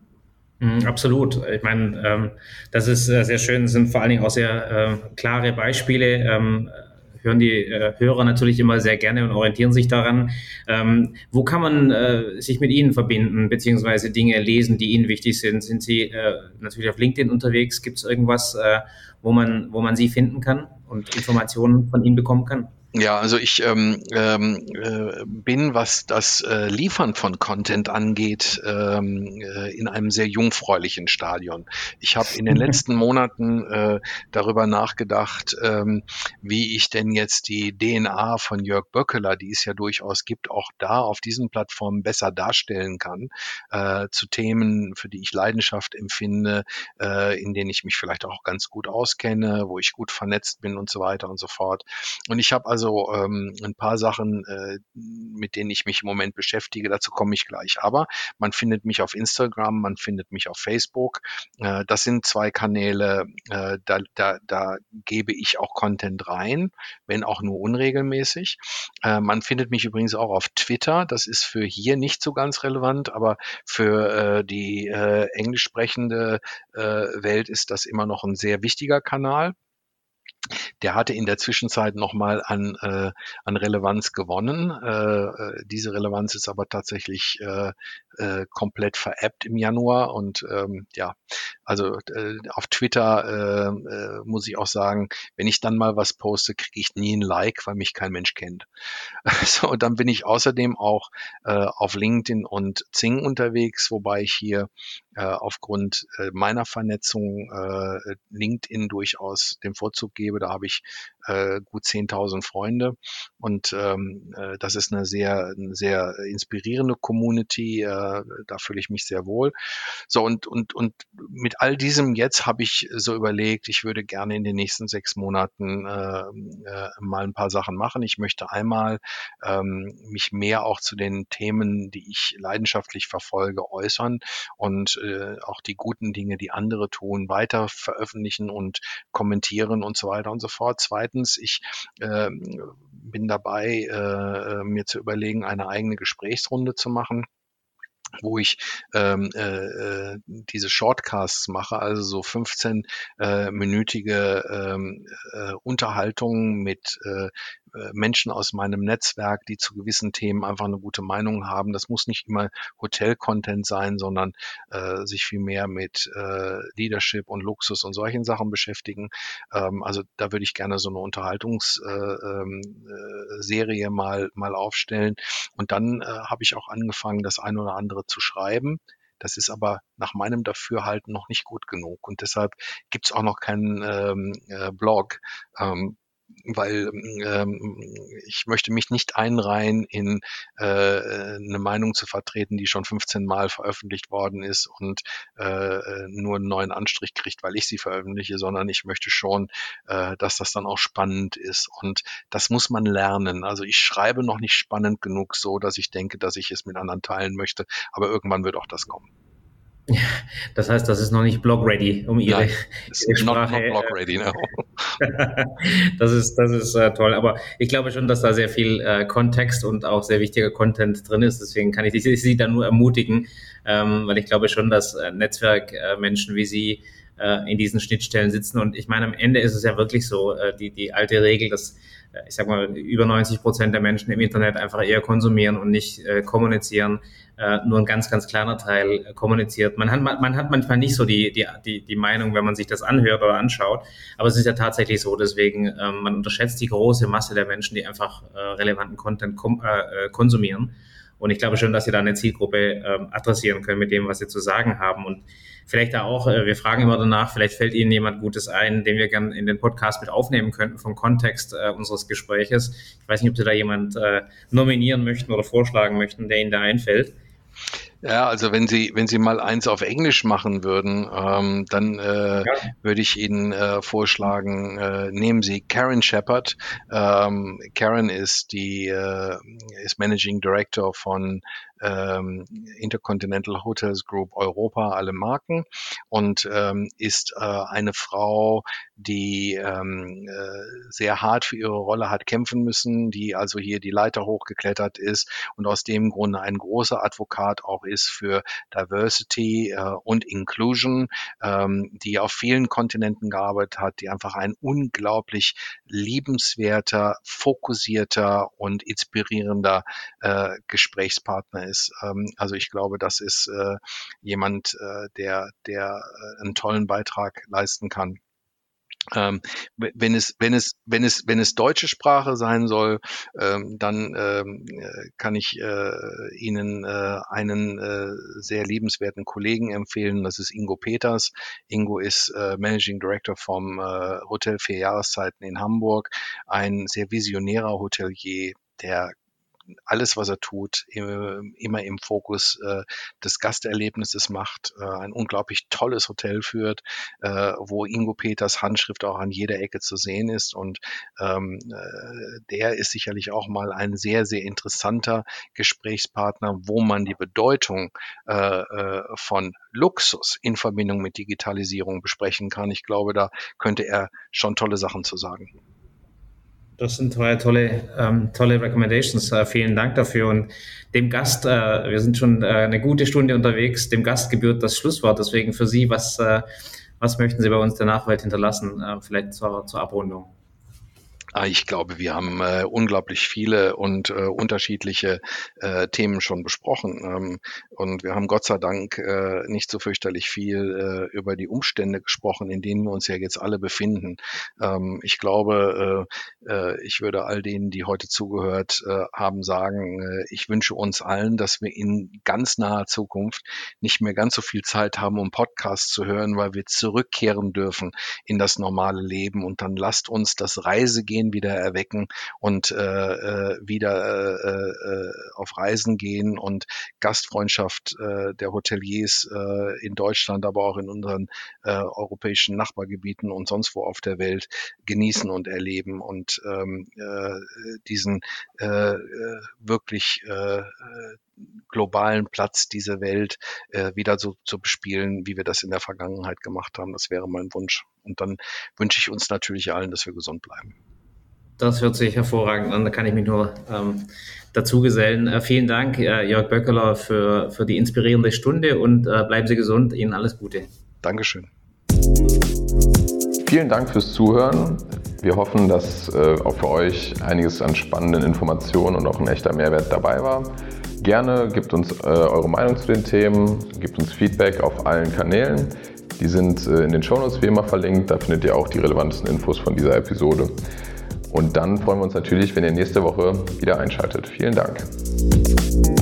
Absolut. Ich meine, ähm, das ist äh, sehr schön, das sind vor allen Dingen auch sehr äh, klare Beispiele. Ähm, hören die äh, Hörer natürlich immer sehr gerne und orientieren sich daran. Ähm, wo kann man äh, sich mit Ihnen verbinden, beziehungsweise Dinge lesen, die Ihnen wichtig sind? Sind Sie äh, natürlich auf LinkedIn unterwegs? Gibt es irgendwas, äh, wo man, wo man Sie finden kann und Informationen von Ihnen bekommen kann? Ja, also ich ähm, ähm, äh, bin, was das äh, Liefern von Content angeht, ähm, äh, in einem sehr jungfräulichen Stadion. Ich habe in den letzten Monaten äh, darüber nachgedacht, ähm, wie ich denn jetzt die D N A von Jörg Böckeler, die es ja durchaus gibt, auch da auf diesen Plattformen besser darstellen kann, äh, zu Themen, für die ich Leidenschaft empfinde, äh, in denen ich mich vielleicht auch ganz gut auskenne, wo ich gut vernetzt bin und so weiter und so fort. Und ich habe also also ähm, ein paar Sachen, äh, mit denen ich mich im Moment beschäftige, dazu komme ich gleich. Aber man findet mich auf Instagram, man findet mich auf Facebook. Äh, das sind zwei Kanäle, äh, da, da, da gebe ich auch Content rein, wenn auch nur unregelmäßig. Äh, man findet mich übrigens auch auf Twitter. Das ist für hier nicht so ganz relevant, aber für äh, die äh, englisch sprechende äh, Welt ist das immer noch ein sehr wichtiger Kanal. Der hatte in der Zwischenzeit nochmal an, äh, an Relevanz gewonnen. Äh, äh, diese Relevanz ist aber tatsächlich äh, äh, komplett veräppt im Januar. Und ähm, ja, also äh, auf Twitter äh, äh, muss ich auch sagen, wenn ich dann mal was poste, kriege ich nie ein Like, weil mich kein Mensch kennt. So, dann bin ich außerdem auch äh, auf LinkedIn und Xing unterwegs, wobei ich hier äh, aufgrund äh, meiner Vernetzung äh, LinkedIn durchaus den Vorzug gebe. Da habe ich äh, gut zehntausend Freunde und ähm, äh, das ist eine sehr, eine sehr inspirierende Community. Äh, da fühle ich mich sehr wohl. So, und, und, und mit all diesem jetzt habe ich so überlegt, ich würde gerne in den nächsten sechs Monaten äh, äh, mal ein paar Sachen machen. Ich möchte einmal ähm, mich mehr auch zu den Themen, die ich leidenschaftlich verfolge, äußern und äh, auch die guten Dinge, die andere tun, weiter veröffentlichen und kommentieren und so weiter und so fort. Zweitens, ich äh, bin dabei, äh, mir zu überlegen, eine eigene Gesprächsrunde zu machen, wo ich ähm, äh, diese Shortcasts mache, also so fünfzehn-minütige äh, ähm, äh, Unterhaltungen mit äh, Menschen aus meinem Netzwerk, die zu gewissen Themen einfach eine gute Meinung haben. Das muss nicht immer Hotel-Content sein, sondern äh, sich viel mehr mit äh, Leadership und Luxus und solchen Sachen beschäftigen. Ähm, also da würde ich gerne so eine Unterhaltungsserie äh, äh, mal mal aufstellen. Und dann äh, habe ich auch angefangen, das ein oder andere zu schreiben. Das ist aber nach meinem Dafürhalten noch nicht gut genug. Und deshalb gibt's auch noch keinen ähm, äh, Blog. Ähm, weil ähm, ich möchte mich nicht einreihen in äh, eine Meinung zu vertreten, die schon fünfzehn Mal veröffentlicht worden ist und äh, nur einen neuen Anstrich kriegt, weil ich sie veröffentliche, sondern ich möchte schon, äh, dass das dann auch spannend ist und das muss man lernen. Also ich schreibe noch nicht spannend genug so, dass ich denke, dass ich es mit anderen teilen möchte, aber irgendwann wird auch das kommen. Das heißt, das ist noch nicht blog-ready, um Ihre, Nein, Ihre Sprache... Not, not blog-ready, no. Das ist, das ist äh, toll. Aber ich glaube schon, dass da sehr viel äh, Kontext und auch sehr wichtiger Content drin ist. Deswegen kann ich, ich, ich Sie da nur ermutigen, ähm, weil ich glaube schon, dass äh, Netzwerkmenschen äh, wie Sie äh, in diesen Schnittstellen sitzen. Und ich meine, am Ende ist es ja wirklich so, äh, die, die alte Regel, dass äh, ich sag mal, über neunzig Prozent der Menschen im Internet einfach eher konsumieren und nicht äh, kommunizieren. Uh, nur ein ganz, ganz kleiner Teil uh, kommuniziert. Man hat, man, man hat manchmal nicht so die, die, die, die Meinung, wenn man sich das anhört oder anschaut, aber es ist ja tatsächlich so, deswegen ähm, man unterschätzt die große Masse der Menschen, die einfach äh, relevanten Content kom- äh, konsumieren. Und ich glaube schon, dass Sie da eine Zielgruppe äh, adressieren können mit dem, was Sie zu sagen haben. Und vielleicht da auch, äh, wir fragen immer danach, vielleicht fällt Ihnen jemand Gutes ein, den wir gerne in den Podcast mit aufnehmen könnten vom Kontext äh, unseres Gespräches. Ich weiß nicht, ob Sie da jemand äh, nominieren möchten oder vorschlagen möchten, der Ihnen da einfällt. Ja, also wenn Sie, wenn Sie mal eins auf Englisch machen würden, ähm, dann äh, ja. würde ich Ihnen äh, vorschlagen, äh, nehmen Sie Karen Shepard. Ähm, Karen ist die äh, ist Managing Director von ähm, Intercontinental Hotels Group Europa, alle Marken, und ähm, ist äh, eine Frau, die ähm, äh, sehr hart für ihre Rolle hat kämpfen müssen, die also hier die Leiter hochgeklettert ist und aus dem Grunde ein großer Advokat auch ist für Diversity äh, und Inclusion, ähm, die auf vielen Kontinenten gearbeitet hat, die einfach ein unglaublich liebenswerter, fokussierter und inspirierender äh, Gesprächspartner ist. Ähm, also ich glaube, das ist äh, jemand, äh, der, der äh, einen tollen Beitrag leisten kann. Ähm, wenn es, wenn es, wenn es, wenn es deutsche Sprache sein soll, ähm, dann ähm, kann ich äh, Ihnen äh, einen äh, sehr liebenswerten Kollegen empfehlen. Das ist Ingo Peters. Ingo ist äh, Managing Director vom äh, Hotel Vier Jahreszeiten in Hamburg, ein sehr visionärer Hotelier, der alles, was er tut, immer im Fokus äh, des Gasterlebnisses macht, äh, ein unglaublich tolles Hotel führt, äh, wo Ingo Peters Handschrift auch an jeder Ecke zu sehen ist. Und ähm, äh, der ist sicherlich auch mal ein sehr, sehr interessanter Gesprächspartner, wo man die Bedeutung äh, äh, von Luxus in Verbindung mit Digitalisierung besprechen kann. Ich glaube, da könnte er schon tolle Sachen zu sagen. Das sind tolle, tolle, ähm, tolle Recommendations. Äh, vielen Dank dafür. Und dem Gast, äh, wir sind schon äh, eine gute Stunde unterwegs, dem Gast gebührt das Schlusswort. Deswegen für Sie, was, äh, was möchten Sie bei uns der Nachwelt hinterlassen, äh, vielleicht zur, zur Abrundung? Ich glaube, wir haben äh, unglaublich viele und äh, unterschiedliche äh, Themen schon besprochen. Ähm, und wir haben Gott sei Dank äh, nicht so fürchterlich viel äh, über die Umstände gesprochen, in denen wir uns ja jetzt alle befinden. Ähm, ich glaube, äh, äh, ich würde all denen, die heute zugehört äh, haben, sagen, äh, ich wünsche uns allen, dass wir in ganz naher Zukunft nicht mehr ganz so viel Zeit haben, um Podcasts zu hören, weil wir zurückkehren dürfen in das normale Leben. Und dann lasst uns das Reisegehen wieder erwecken und äh, wieder äh, auf Reisen gehen und Gastfreundschaft äh, der Hoteliers äh, in Deutschland, aber auch in unseren äh, europäischen Nachbargebieten und sonst wo auf der Welt genießen und erleben und ähm, äh, diesen äh, wirklich äh, globalen Platz dieser Welt äh, wieder so zu bespielen, wie wir das in der Vergangenheit gemacht haben. Das wäre mein Wunsch. Und dann wünsche ich uns natürlich allen, dass wir gesund bleiben. Das hört sich hervorragend an, da kann ich mich nur ähm, dazu gesellen. Äh, vielen Dank, äh, Jörg Böckeler, für, für die inspirierende Stunde und äh, bleiben Sie gesund. Ihnen alles Gute. Dankeschön. Vielen Dank fürs Zuhören. Wir hoffen, dass äh, auch für euch einiges an spannenden Informationen und auch ein echter Mehrwert dabei war. Gerne gebt uns äh, eure Meinung zu den Themen, gebt uns Feedback auf allen Kanälen. Die sind äh, in den Shownotes wie immer verlinkt, da findet ihr auch die relevantesten Infos von dieser Episode. Und dann freuen wir uns natürlich, wenn ihr nächste Woche wieder einschaltet. Vielen Dank.